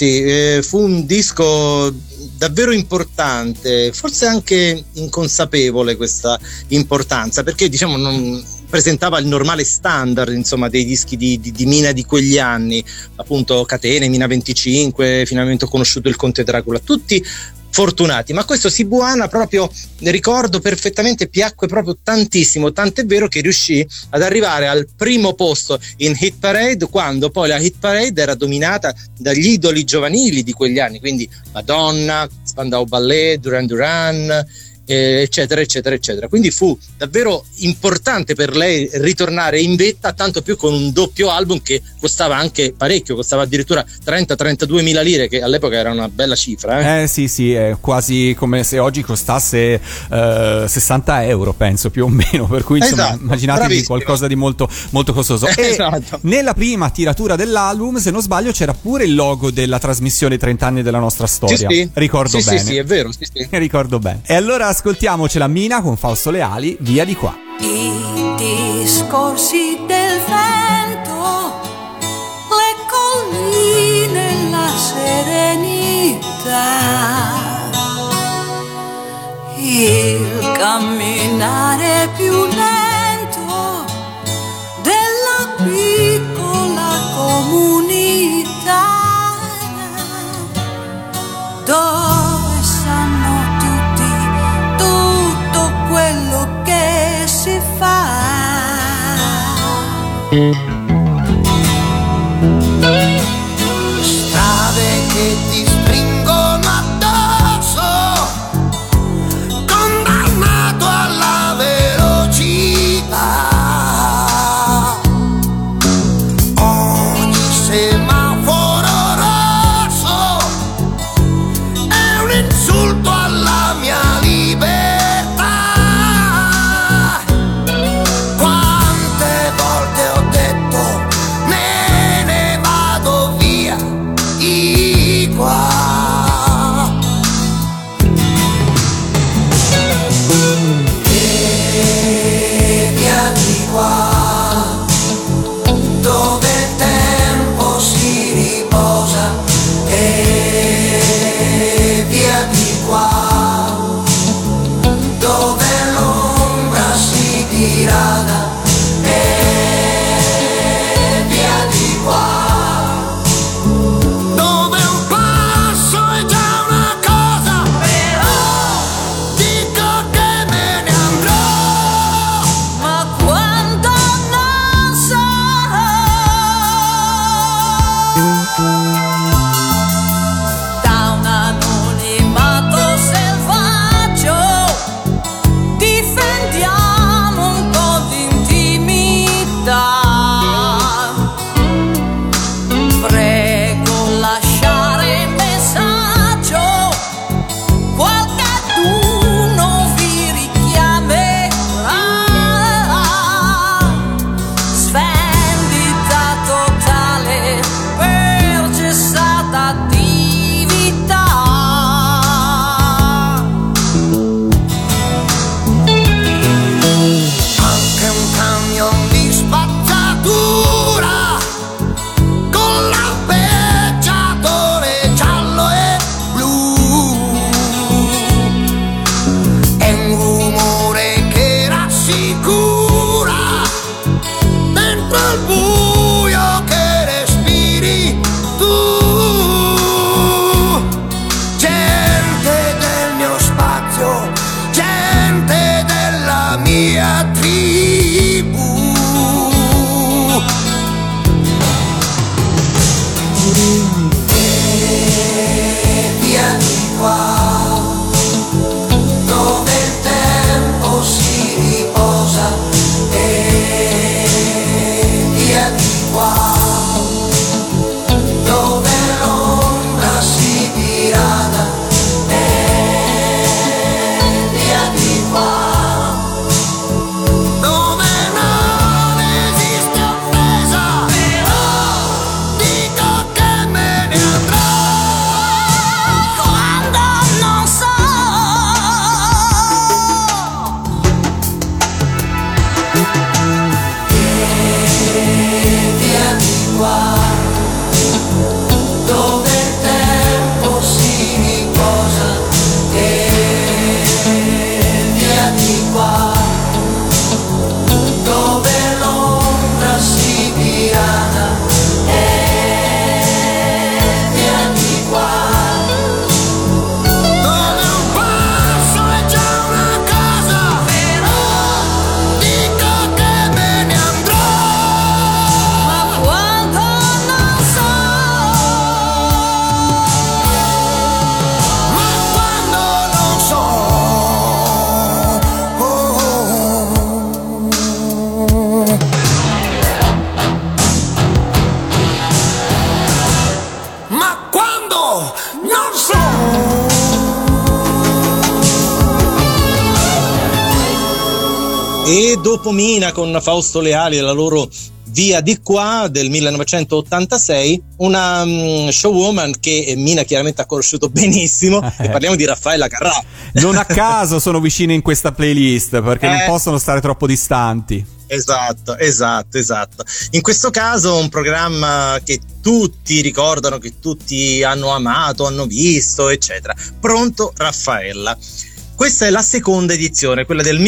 [SPEAKER 3] fu un disco davvero importante, forse anche inconsapevole questa importanza, perché diciamo non presentava il normale standard, insomma, dei dischi di Mina di quegli anni, appunto Catene, Mina 25, Finalmente ho conosciuto il Conte Dracula, tutti fortunati, ma questo Sibuana proprio ricordo perfettamente, piacque proprio tantissimo, tant'è vero che riuscì ad arrivare al primo posto in Hit Parade, quando poi la Hit Parade era dominata dagli idoli giovanili di quegli anni, quindi Madonna, Spandau Ballet, Duran Duran eccetera eccetera eccetera. Quindi fu davvero importante per lei ritornare in vetta, tanto più con un doppio album che costava anche parecchio, costava addirittura 30-32 mila lire, che all'epoca era una bella cifra.
[SPEAKER 2] Sì, è quasi come se oggi costasse 60 euro, penso, più o meno, per cui insomma,
[SPEAKER 3] Esatto,
[SPEAKER 2] immaginatevi
[SPEAKER 3] bravissimo.
[SPEAKER 2] qualcosa di molto, molto costoso.
[SPEAKER 3] Esatto.
[SPEAKER 2] Nella prima tiratura dell'album, se non sbaglio, c'era pure il logo della trasmissione 30 anni della nostra storia.
[SPEAKER 3] Sì.
[SPEAKER 2] Ricordo bene.
[SPEAKER 3] Sì, è vero, sì.
[SPEAKER 2] Ricordo bene. E allora ascoltiamocela Mina con Fausto Leali, Via di qua.
[SPEAKER 4] I discorsi del vento, le colline, la serenità, il camminare più lento della piccola comunità, dove sanno tutti tutto quello che si fa.
[SPEAKER 7] Strade che ti stringono addosso, condannato alla velocità. Ogni semaforo rosso è un insulto alla mia libertà. Quante volte ho detto
[SPEAKER 3] E dopo Mina con Fausto Leali e la loro Via di qua del 1986, una showwoman che Mina chiaramente ha conosciuto benissimo, e parliamo di Raffaella Carrà.
[SPEAKER 2] Non a caso sono vicine in questa playlist, perché non possono stare troppo distanti.
[SPEAKER 3] Esatto. In questo caso un programma che tutti ricordano, che tutti hanno amato, hanno visto, eccetera. Pronto Raffaella. Questa è la seconda edizione, quella del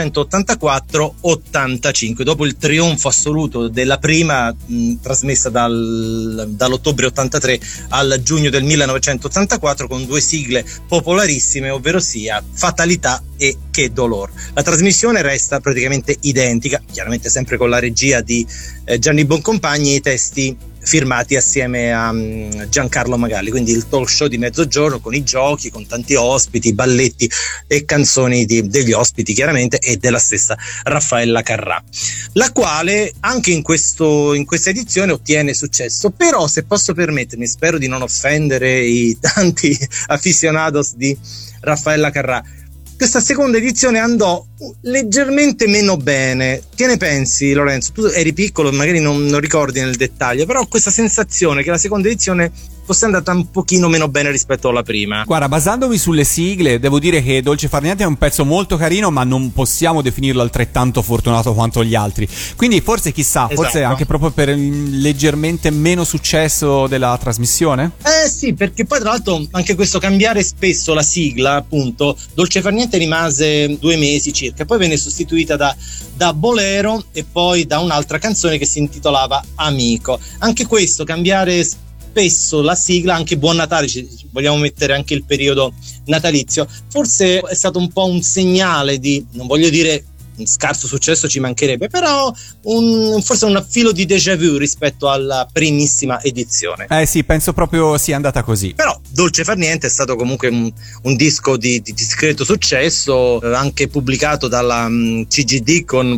[SPEAKER 3] 1984-85, dopo il trionfo assoluto della prima, trasmessa dall'ottobre 83 al giugno del 1984, con due sigle popolarissime, ovvero sia Fatalità e Che dolor. La trasmissione resta praticamente identica, chiaramente sempre con la regia di Gianni Boncompagni e i testi firmati assieme a Giancarlo Magalli, quindi il talk show di mezzogiorno con i giochi, con tanti ospiti, balletti e canzoni degli ospiti chiaramente, e della stessa Raffaella Carrà, la quale anche in questa edizione ottiene successo. Però, se posso permettermi, spero di non offendere i tanti aficionados di Raffaella Carrà, questa seconda edizione andò leggermente meno bene. Che ne pensi, Lorenzo? Tu eri piccolo, magari non ricordi nel dettaglio, però ho questa sensazione che la seconda edizione fosse andata un pochino meno bene rispetto alla prima.
[SPEAKER 2] Guarda, basandomi sulle sigle, devo dire che Dolce far niente è un pezzo molto carino, ma non possiamo definirlo altrettanto fortunato quanto gli altri. Quindi forse, chissà, forse anche proprio per il leggermente meno successo della trasmissione?
[SPEAKER 3] Sì, perché poi tra l'altro anche questo cambiare spesso la sigla, appunto, Dolce far niente rimase 2 mesi circa, poi venne sostituita da Bolero e poi da un'altra canzone che si intitolava Amico. Anche questo, cambiare spesso la sigla, anche Buon Natale, vogliamo mettere anche il periodo natalizio, forse è stato un po' un segnale di, non voglio dire scarso successo, ci mancherebbe, però forse un filo di déjà vu rispetto alla primissima edizione.
[SPEAKER 2] Sì, penso proprio sia andata così.
[SPEAKER 3] Però Dolce far niente è stato comunque un disco di discreto successo, anche pubblicato dalla CGD con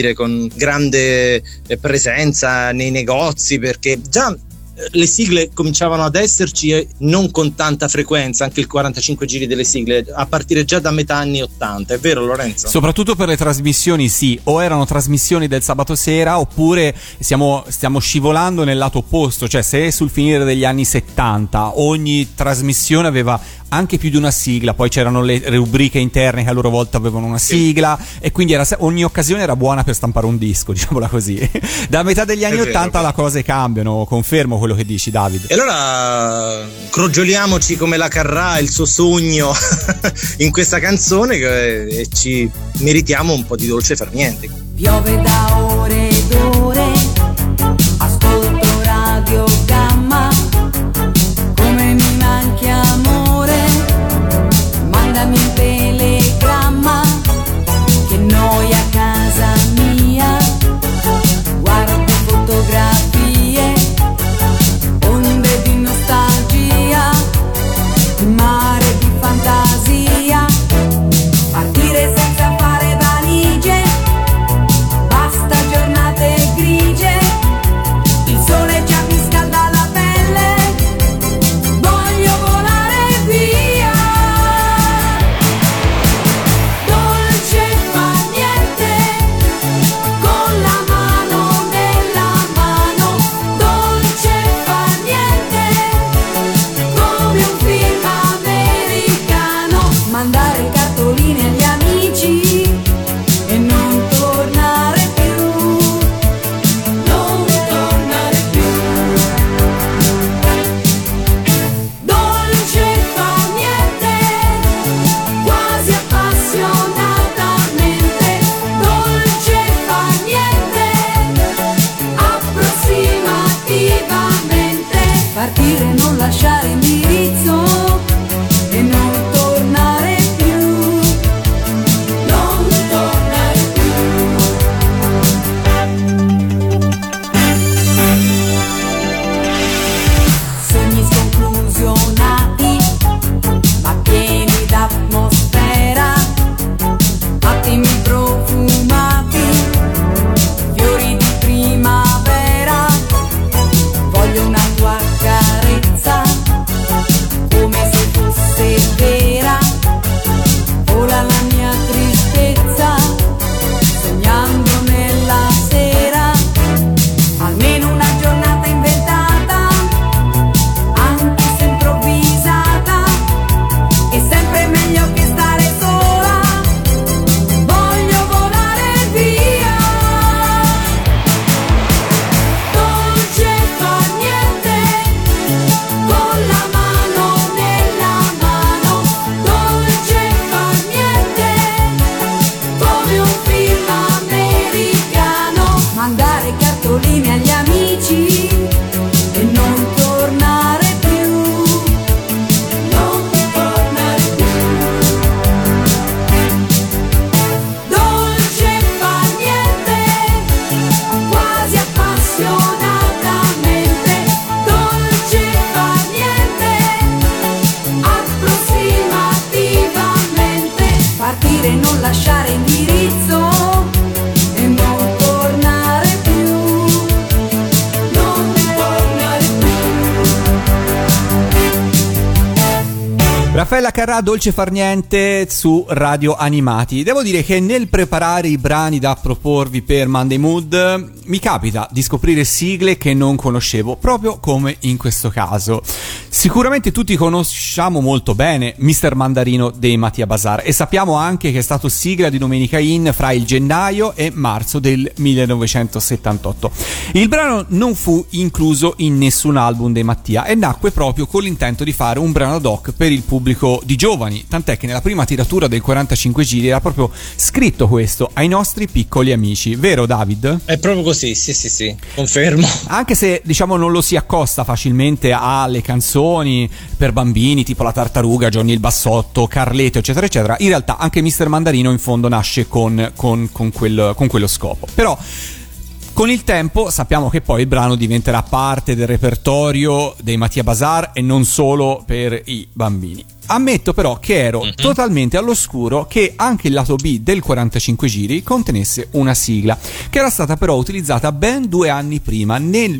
[SPEAKER 3] grande presenza nei negozi, perché già le sigle cominciavano ad esserci, non con tanta frequenza, anche il 45 giri delle sigle a partire già da metà anni 80, è vero Lorenzo?
[SPEAKER 2] Soprattutto per le trasmissioni, sì, o erano trasmissioni del sabato sera, oppure stiamo scivolando nel lato opposto, cioè se sul finire degli anni 70 ogni trasmissione aveva anche più di una sigla, poi c'erano le rubriche interne che a loro volta avevano una sigla, e quindi ogni occasione era buona per stampare un disco, diciamola così. Da metà degli anni 80 le cose cambiano, confermo quello che dici, Davide.
[SPEAKER 3] E allora crogioliamoci come la Carrà, il suo sogno in questa canzone, e ci meritiamo un po' di Dolce far niente.
[SPEAKER 8] Piove da ore ed ore, ascolto Radio Gamma, come mi manchi amore, mandami un telegramma, che noi a casa mia guardo fotografie, onde di nostalgia, mare di fantasia, partire senza fare valigie, basta giornate lasciare indirizzo e non tornare più, non tornare più.
[SPEAKER 2] Raffaella Carrà, Dolce far niente su Radio Animati. Devo dire che nel preparare i brani da proporvi per Monday Mood mi capita di scoprire sigle che non conoscevo, proprio come in questo caso. Sicuramente tutti conosciamo molto bene Mr. Mandarino dei Mattia Bazar e sappiamo anche che è stato sigla di Domenica In fra il gennaio e marzo del 1978. Il brano non fu incluso in nessun album dei Mattia e nacque proprio con l'intento di fare un brano ad hoc per il pubblico di giovani, tant'è che nella prima tiratura del 45 giri era proprio scritto questo: ai nostri piccoli amici. Vero, David?
[SPEAKER 3] È proprio così, sì, confermo.
[SPEAKER 2] Anche se diciamo non lo si accosta facilmente alle canzoni per bambini tipo La Tartaruga, Johnny il Bassotto, Carleto eccetera eccetera, in realtà anche Mr. Mandarino in fondo nasce con quello scopo. Però con il tempo sappiamo che poi il brano diventerà parte del repertorio dei Mattia Bazar e non solo per i bambini. Ammetto però che ero totalmente all'oscuro che anche il lato B del 45 giri contenesse una sigla, che era stata però utilizzata ben 2 anni prima, nel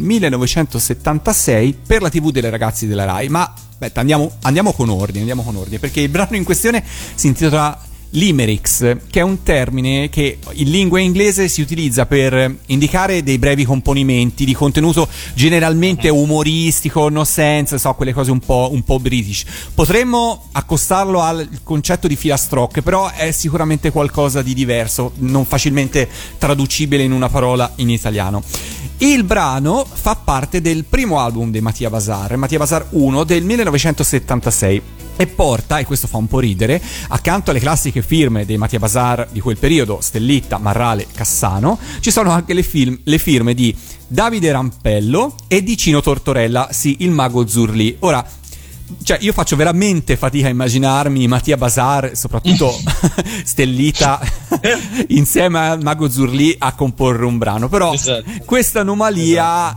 [SPEAKER 2] 1976, per la TV delle ragazzi della Rai. Ma aspetta, andiamo con ordine, perché il brano in questione si intitola Limericks, che è un termine che in lingua inglese si utilizza per indicare dei brevi componimenti di contenuto generalmente umoristico, no sense, quelle cose un po' british. Potremmo accostarlo al concetto di filastrocche, però è sicuramente qualcosa di diverso, non facilmente traducibile in una parola in italiano. Il brano fa parte del primo album dei Mattia Bazar 1 del 1976. E porta, e questo fa un po' ridere, accanto alle classiche firme dei Mattia Bazar di quel periodo, Stellitta, Marrale, Cassano, ci sono anche le firme di Davide Rampello e di Cino Tortorella, sì, il mago Zurlì. Ora, cioè, io faccio veramente fatica a immaginarmi Mattia Bazar, soprattutto Stellita, insieme al mago Zurlì a comporre un brano. Però questa anomalia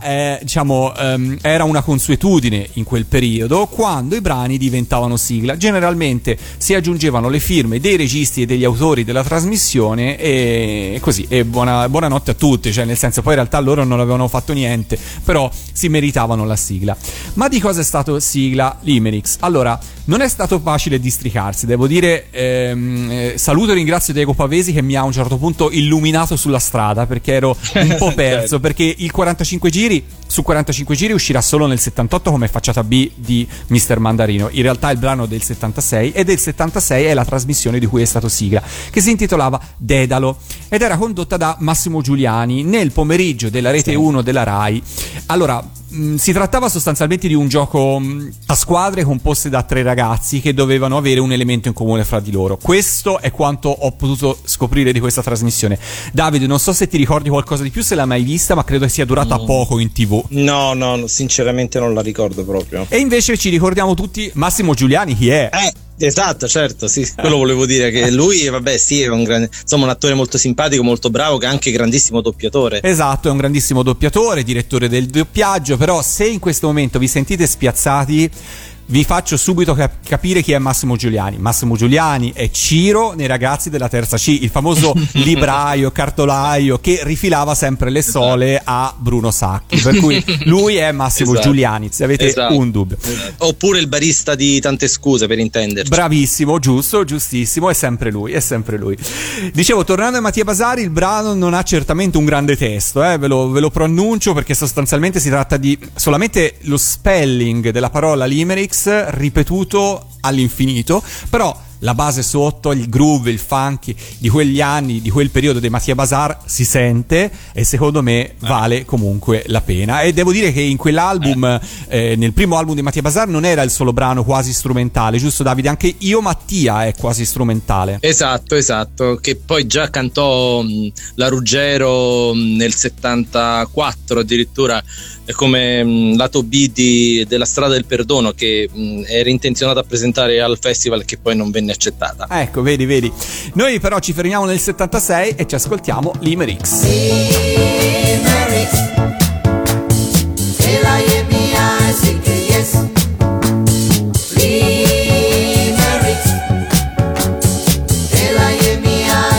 [SPEAKER 2] era una consuetudine in quel periodo, quando i brani diventavano sigla. Generalmente si aggiungevano le firme dei registi e degli autori della trasmissione e così, e buonanotte a tutti, cioè nel senso, poi in realtà loro non avevano fatto niente, però si meritavano la sigla. Ma di cosa è stato sigla Limericks? Allora, non è stato facile districarsi, devo dire. Saluto e ringrazio Diego Pavesi che mi ha a un certo punto illuminato sulla strada, perché ero un po' perso, perché il 45 giri su 45 giri uscirà solo nel 78 come facciata B di Mr. Mandarino. In realtà il brano è del 76 e del 76 è la trasmissione di cui è stato sigla, che si intitolava Dedalo ed era condotta da Massimo Giuliani nel pomeriggio della Rete 1 della Rai. Allora, si trattava sostanzialmente di un gioco a squadre composte da 3 ragazzi che dovevano avere un elemento in comune fra di loro. Questo è quanto ho potuto scoprire di questa trasmissione. Davide, non so se ti ricordi qualcosa di più, se l'hai mai vista, ma credo sia durata poco in TV.
[SPEAKER 3] No, sinceramente non la ricordo proprio.
[SPEAKER 2] E invece ci ricordiamo tutti Massimo Giuliani, chi è?
[SPEAKER 3] Esatto, certo, sì, quello volevo dire, che lui, vabbè, sì, è un attore molto simpatico, molto bravo, che è anche grandissimo doppiatore.
[SPEAKER 2] Esatto, è un grandissimo doppiatore, direttore del doppiaggio. Però se in questo momento vi sentite spiazzati, vi faccio subito capire chi è Massimo Giuliani. Massimo Giuliani è Ciro nei Ragazzi della Terza C, il famoso libraio, cartolaio che rifilava sempre le sole a Bruno Sacchi, per cui lui è Massimo Giuliani, se avete un dubbio.
[SPEAKER 3] Oppure il barista di Tante Scuse, per intenderci.
[SPEAKER 2] Bravissimo, giustissimo, è sempre lui. Dicevo, tornando a Mattia Bazar, il brano non ha certamente un grande testo, ve lo preannuncio, perché sostanzialmente si tratta di solamente lo spelling della parola Limericks ripetuto all'infinito, però la base sotto, il groove, il funky di quegli anni, di quel periodo dei Mattia Bazar si sente, e secondo me vale comunque la pena. E devo dire che in quell'album, nel primo album di Mattia Bazar, non era il solo brano quasi strumentale, giusto Davide? Anche Io Mattia è quasi strumentale.
[SPEAKER 3] Esatto, che poi già cantò la Ruggero nel 74 addirittura, come lato B della Strada del Perdono, che era intenzionata a presentare al festival, che poi non venne accettata.
[SPEAKER 2] Ecco, vedi. Noi però ci fermiamo nel 76 e ci ascoltiamo Limericks.
[SPEAKER 7] Limericks,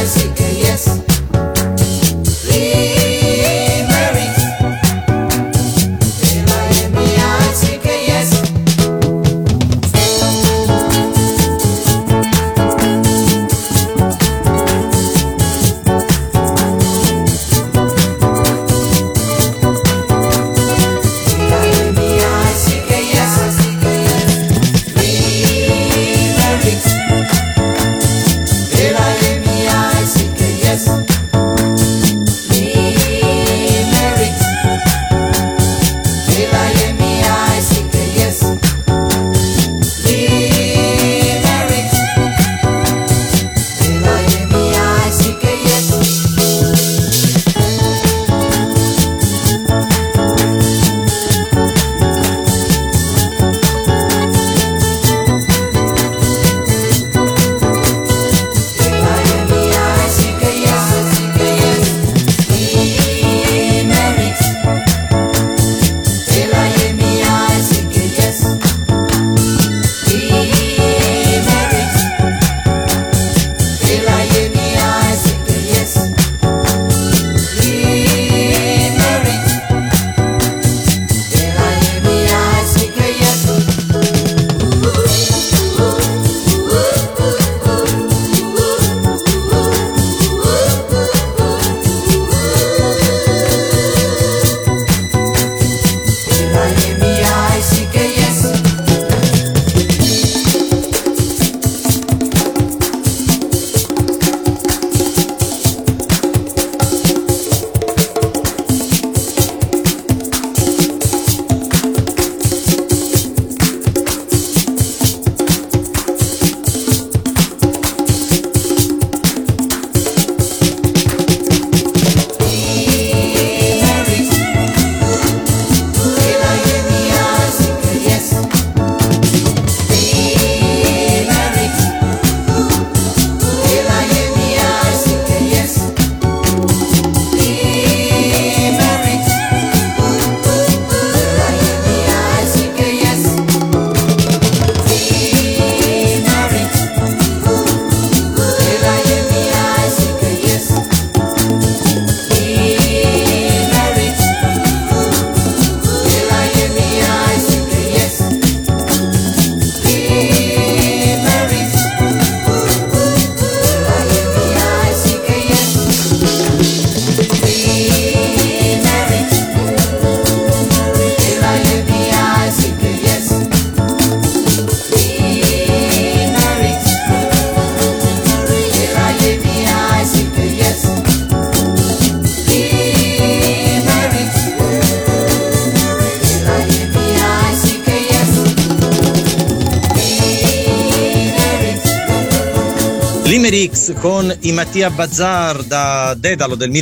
[SPEAKER 3] Limericks con i Mattia Bazar da Dedalo del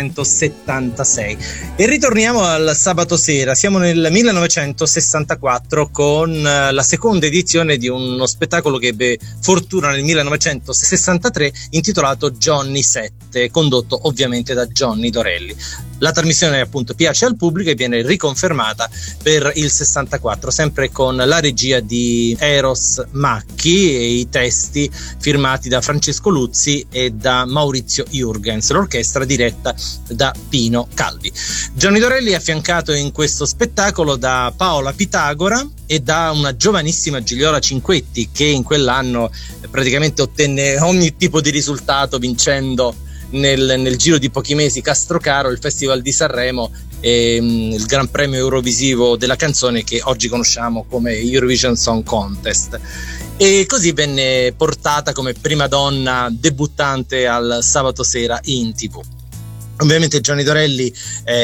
[SPEAKER 3] 1976. E ritorniamo al sabato sera, siamo nel 1964 con la seconda edizione di uno spettacolo che ebbe fortuna nel 1963 intitolato Johnny 7, condotto ovviamente da Johnny Dorelli. La trasmissione appunto piace al pubblico e viene riconfermata per il 64, sempre con la regia di Eros Macchi e i testi firmati da Francesco Luzzi e da Maurizio Jürgens, l'orchestra diretta da Pino Calvi. Johnny Dorelli è affiancato in questo spettacolo da Paola Pitagora e da una giovanissima Gigliola Cinquetti, che in quell'anno praticamente ottenne ogni tipo di risultato vincendo nel giro di pochi mesi Castrocaro, il Festival di Sanremo e il Gran Premio Eurovisivo della canzone che oggi conosciamo come Eurovision Song Contest, e così venne portata come prima donna debuttante al sabato sera in TV. Ovviamente Johnny Dorelli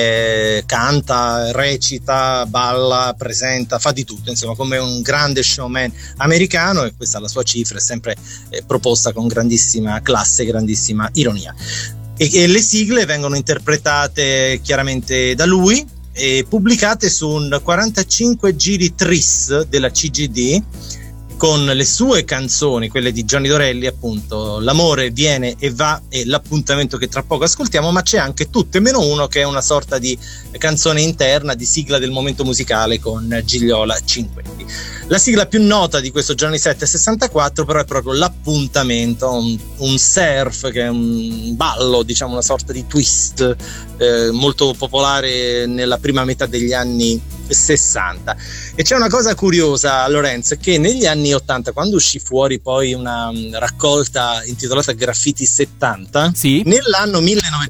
[SPEAKER 3] canta, recita, balla, presenta, fa di tutto, insomma, come un grande showman americano, e questa è la sua cifra, è sempre proposta con grandissima classe, grandissima ironia. E le sigle vengono interpretate chiaramente da lui e pubblicate su un 45 giri tris della CGD, con le sue canzoni, quelle di Johnny Dorelli, appunto L'amore viene e va e L'appuntamento che tra poco ascoltiamo, ma c'è anche Tutte meno uno, che è una sorta di canzone interna, di sigla del momento musicale con Gigliola Cinquetti. La sigla più nota di questo Johnny 764 però è proprio L'appuntamento, un surf che è un ballo, diciamo una sorta di twist molto popolare nella prima metà degli anni 60. E c'è una cosa curiosa, Lorenzo, che negli anni 80, quando uscì fuori poi una raccolta intitolata Graffiti 70,
[SPEAKER 2] sì,
[SPEAKER 3] nell'anno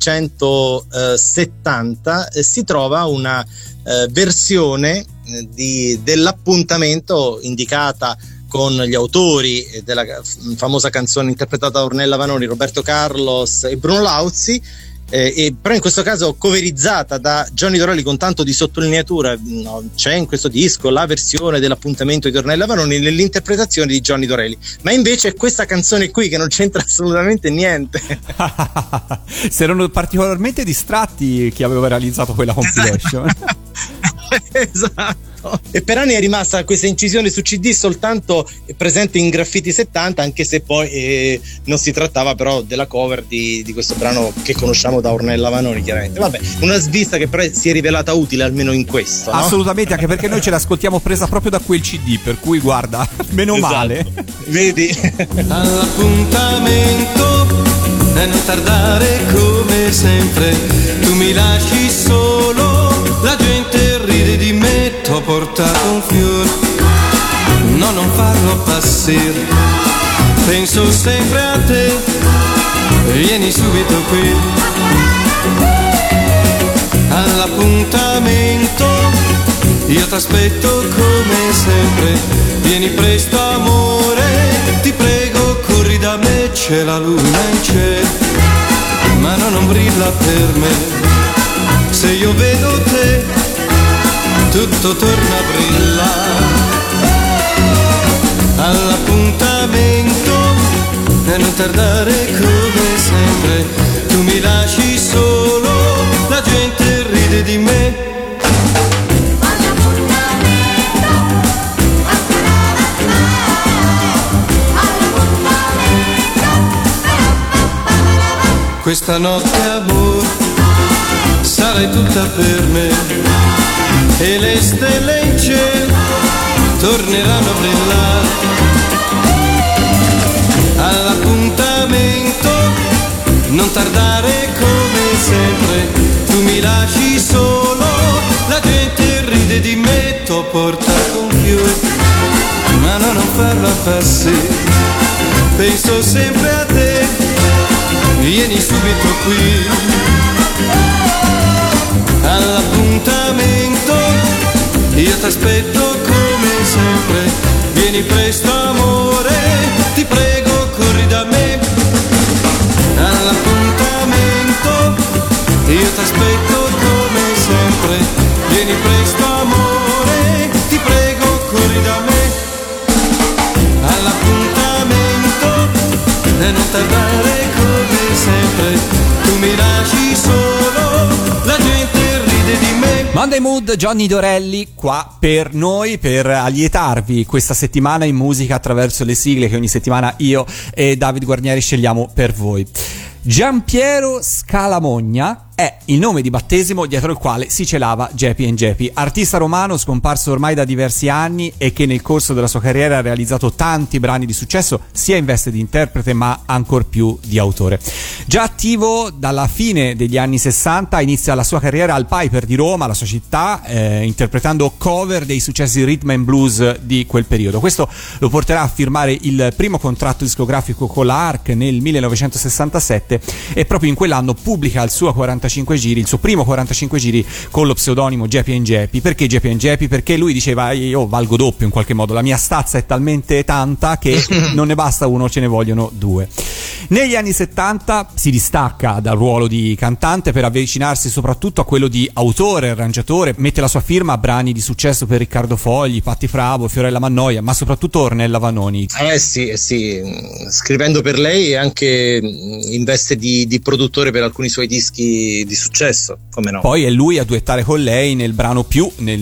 [SPEAKER 3] 1970 si trova una versione dell'appuntamento indicata con gli autori della famosa canzone interpretata da Ornella Vanoni, Roberto Carlos e Bruno Lauzi, però in questo caso coverizzata da Johnny Dorelli con tanto di sottolineatura. C'è in questo disco la versione dell'appuntamento di Ornella Vanoni nell'interpretazione di Johnny Dorelli, ma invece è questa canzone qui che non c'entra assolutamente niente.
[SPEAKER 2] Si erano particolarmente distratti chi aveva realizzato quella compilation.
[SPEAKER 3] Esatto. E per anni è rimasta questa incisione su CD soltanto presente in Graffiti 70, anche se poi non si trattava però della cover di questo brano che conosciamo da Ornella Vanoni, chiaramente. Vabbè, una svista che però si è rivelata utile almeno in questo, no?
[SPEAKER 2] Assolutamente, anche perché noi ce l'ascoltiamo presa proprio da quel CD, per cui guarda, meno
[SPEAKER 3] esatto.
[SPEAKER 2] male.
[SPEAKER 3] Vedi?
[SPEAKER 9] All'appuntamento e non tardare come sempre, tu mi lasci solo, la gente ride di me, t'ho portato un fiore, no, non farlo passare, penso sempre a te, vieni subito qui. All'appuntamento io t'aspetto come sempre, vieni presto amore, ti prego corri da me, c'è la luna in cielo, ma non brilla per me, se io vedo te tutto torna a brillare. All'appuntamento e non tardare come sempre, tu mi lasci solo, la gente ride di me. Questa notte amore sarai tutta per me e le stelle in cielo torneranno a brillare. All'appuntamento non tardare come sempre, tu mi lasci solo, la gente ride di me, t'ho portato un fiore, ma non farla passare, penso sempre a te, vieni subito qui. All'appuntamento io t'aspetto come sempre, vieni presto amore, ti prego corri da me. All'appuntamento io t'aspetto come sempre, vieni presto amore, ti prego corri da me. All'appuntamento e non stai bene come sempre, tu mi lasci solo, la gente ride di me.
[SPEAKER 2] Monday Mood, Johnny Dorelli qua per noi, per allietarvi questa settimana in musica attraverso le sigle che ogni settimana io e David Guarnieri scegliamo per voi. Giampiero Scalamogna è il nome di battesimo dietro il quale si celava Geppi & Geppi, artista romano scomparso ormai da diversi anni e che nel corso della sua carriera ha realizzato tanti brani di successo sia in veste di interprete ma ancor più di autore. Già attivo dalla fine degli anni 60 inizia la sua carriera al Piper di Roma, la sua città, interpretando cover dei successi rhythm and blues di quel periodo. Questo lo porterà a firmare il primo contratto discografico con la Arc nel 1967 e proprio in quell'anno pubblica il suo 45 giri, il suo primo 45 giri con lo pseudonimo Geppi & Geppi. Perché Geppi & Geppi? Perché lui diceva io valgo doppio in qualche modo, la mia stazza è talmente tanta che non ne basta uno, ce ne vogliono due. Negli anni 70 si distacca dal ruolo di cantante per avvicinarsi soprattutto a quello di autore, arrangiatore, mette la sua firma a brani di successo per Riccardo Fogli, Patti Fravo, Fiorella Mannoia, ma soprattutto Ornella Vanoni.
[SPEAKER 3] Sì, scrivendo per lei e anche in veste di produttore per alcuni suoi dischi di successo, come no.
[SPEAKER 2] Poi è lui a duettare con lei nel brano Più nel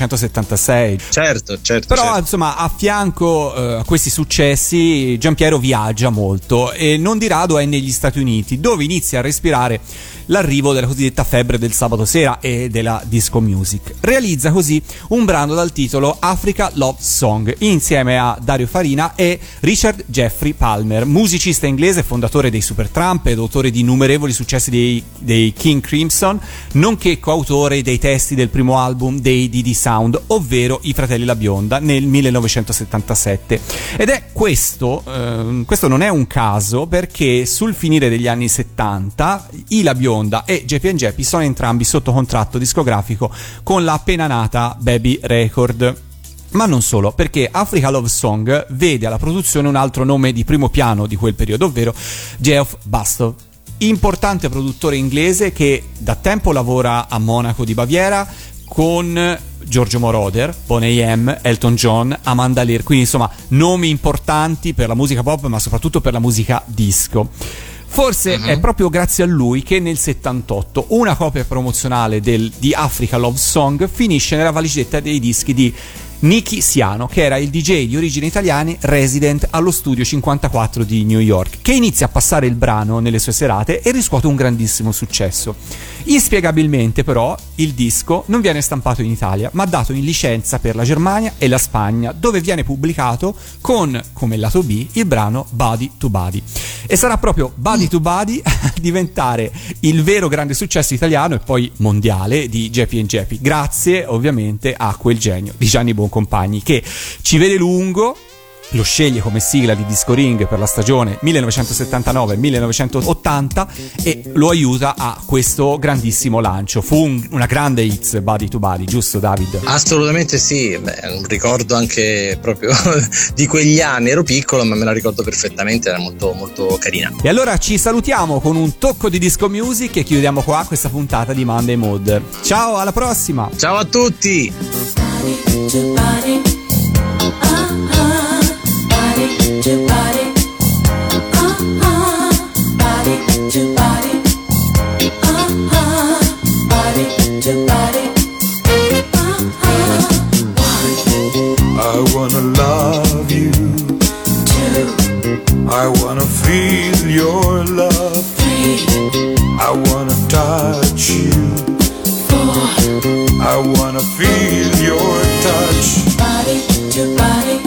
[SPEAKER 2] 1976.
[SPEAKER 3] Certo.
[SPEAKER 2] Però insomma a fianco a questi successi Giampiero viaggia molto e non di rado è negli Stati Uniti, dove inizia a respirare l'arrivo della cosiddetta febbre del sabato sera e della disco music. Realizza così un brano dal titolo Africa Love Song insieme a Dario Farina e Richard Jeffrey Palmer, musicista inglese, fondatore dei Supertramp ed autore di innumerevoli successi dei King Crimson, nonché coautore dei testi del primo album dei D.D. Sound, ovvero I Fratelli La Bionda, nel 1977. Ed è questo non è un caso, perché sul finire degli anni 70 i La Bionda e Geppi & Geppi sono entrambi sotto contratto discografico con la appena nata Baby Record. Ma non solo, perché Africa Love Song vede alla produzione un altro nome di primo piano di quel periodo, ovvero Geoff Bastow, importante produttore inglese che da tempo lavora a Monaco di Baviera con Giorgio Moroder, Boney M, Elton John, Amanda Lear, quindi insomma nomi importanti per la musica pop ma soprattutto per la musica disco. Forse è proprio grazie a lui che nel 78 una copia promozionale di Africa Love Song finisce nella valigetta dei dischi di Nicky Siano, che era il DJ di origini italiane resident allo Studio 54 di New York, che inizia a passare il brano nelle sue serate e riscuote un grandissimo successo. Inspiegabilmente però il disco non viene stampato in Italia ma dato in licenza per la Germania e la Spagna, dove viene pubblicato con come lato B il brano Body to Body, e sarà proprio Body to Body a diventare il vero grande successo italiano e poi mondiale di Geppi & Geppi, grazie ovviamente a quel genio di Gianni Boncompagni che ci vede lungo, lo sceglie come sigla di Disco Ring per la stagione 1979-1980 e lo aiuta a questo grandissimo lancio. Fu una grande hits Body to Body, giusto David?
[SPEAKER 3] Assolutamente sì, un ricordo anche proprio di quegli anni, ero piccolo ma me la ricordo perfettamente, era molto molto carina.
[SPEAKER 2] E allora ci salutiamo con un tocco di disco music e chiudiamo qua questa puntata di Monday Mood. Ciao, alla prossima!
[SPEAKER 3] Ciao a tutti!
[SPEAKER 8] To body, body to body, body to body,
[SPEAKER 10] I wanna love you.
[SPEAKER 8] 2,
[SPEAKER 10] I wanna feel your love.
[SPEAKER 8] 3,
[SPEAKER 10] I wanna touch you.
[SPEAKER 8] 4,
[SPEAKER 10] I wanna feel your touch.
[SPEAKER 8] body to body.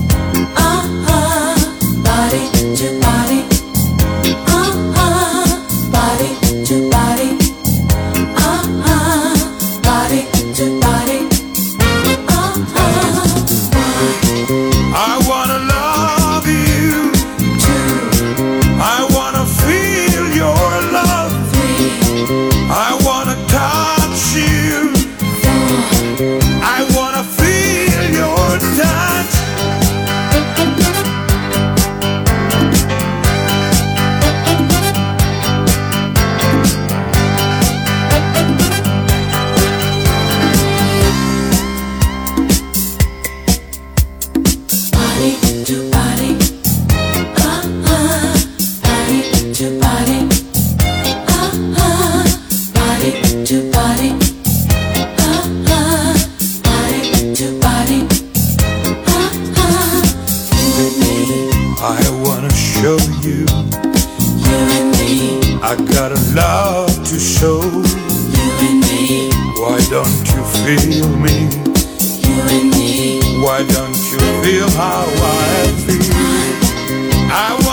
[SPEAKER 8] Body to body, body to body, body to body,
[SPEAKER 10] I wanna love you.
[SPEAKER 8] 2,
[SPEAKER 10] I wanna feel your love.
[SPEAKER 8] 3,
[SPEAKER 10] I wanna touch you.
[SPEAKER 8] 4,
[SPEAKER 10] I wanna feel your touch.
[SPEAKER 8] to body. Body to body. Body to body. You and me.
[SPEAKER 10] I wanna show you.
[SPEAKER 8] You and me.
[SPEAKER 10] I got a love to show.
[SPEAKER 8] You and me.
[SPEAKER 10] Why don't you feel me?
[SPEAKER 8] You and me.
[SPEAKER 10] Why don't you feel how I feel? I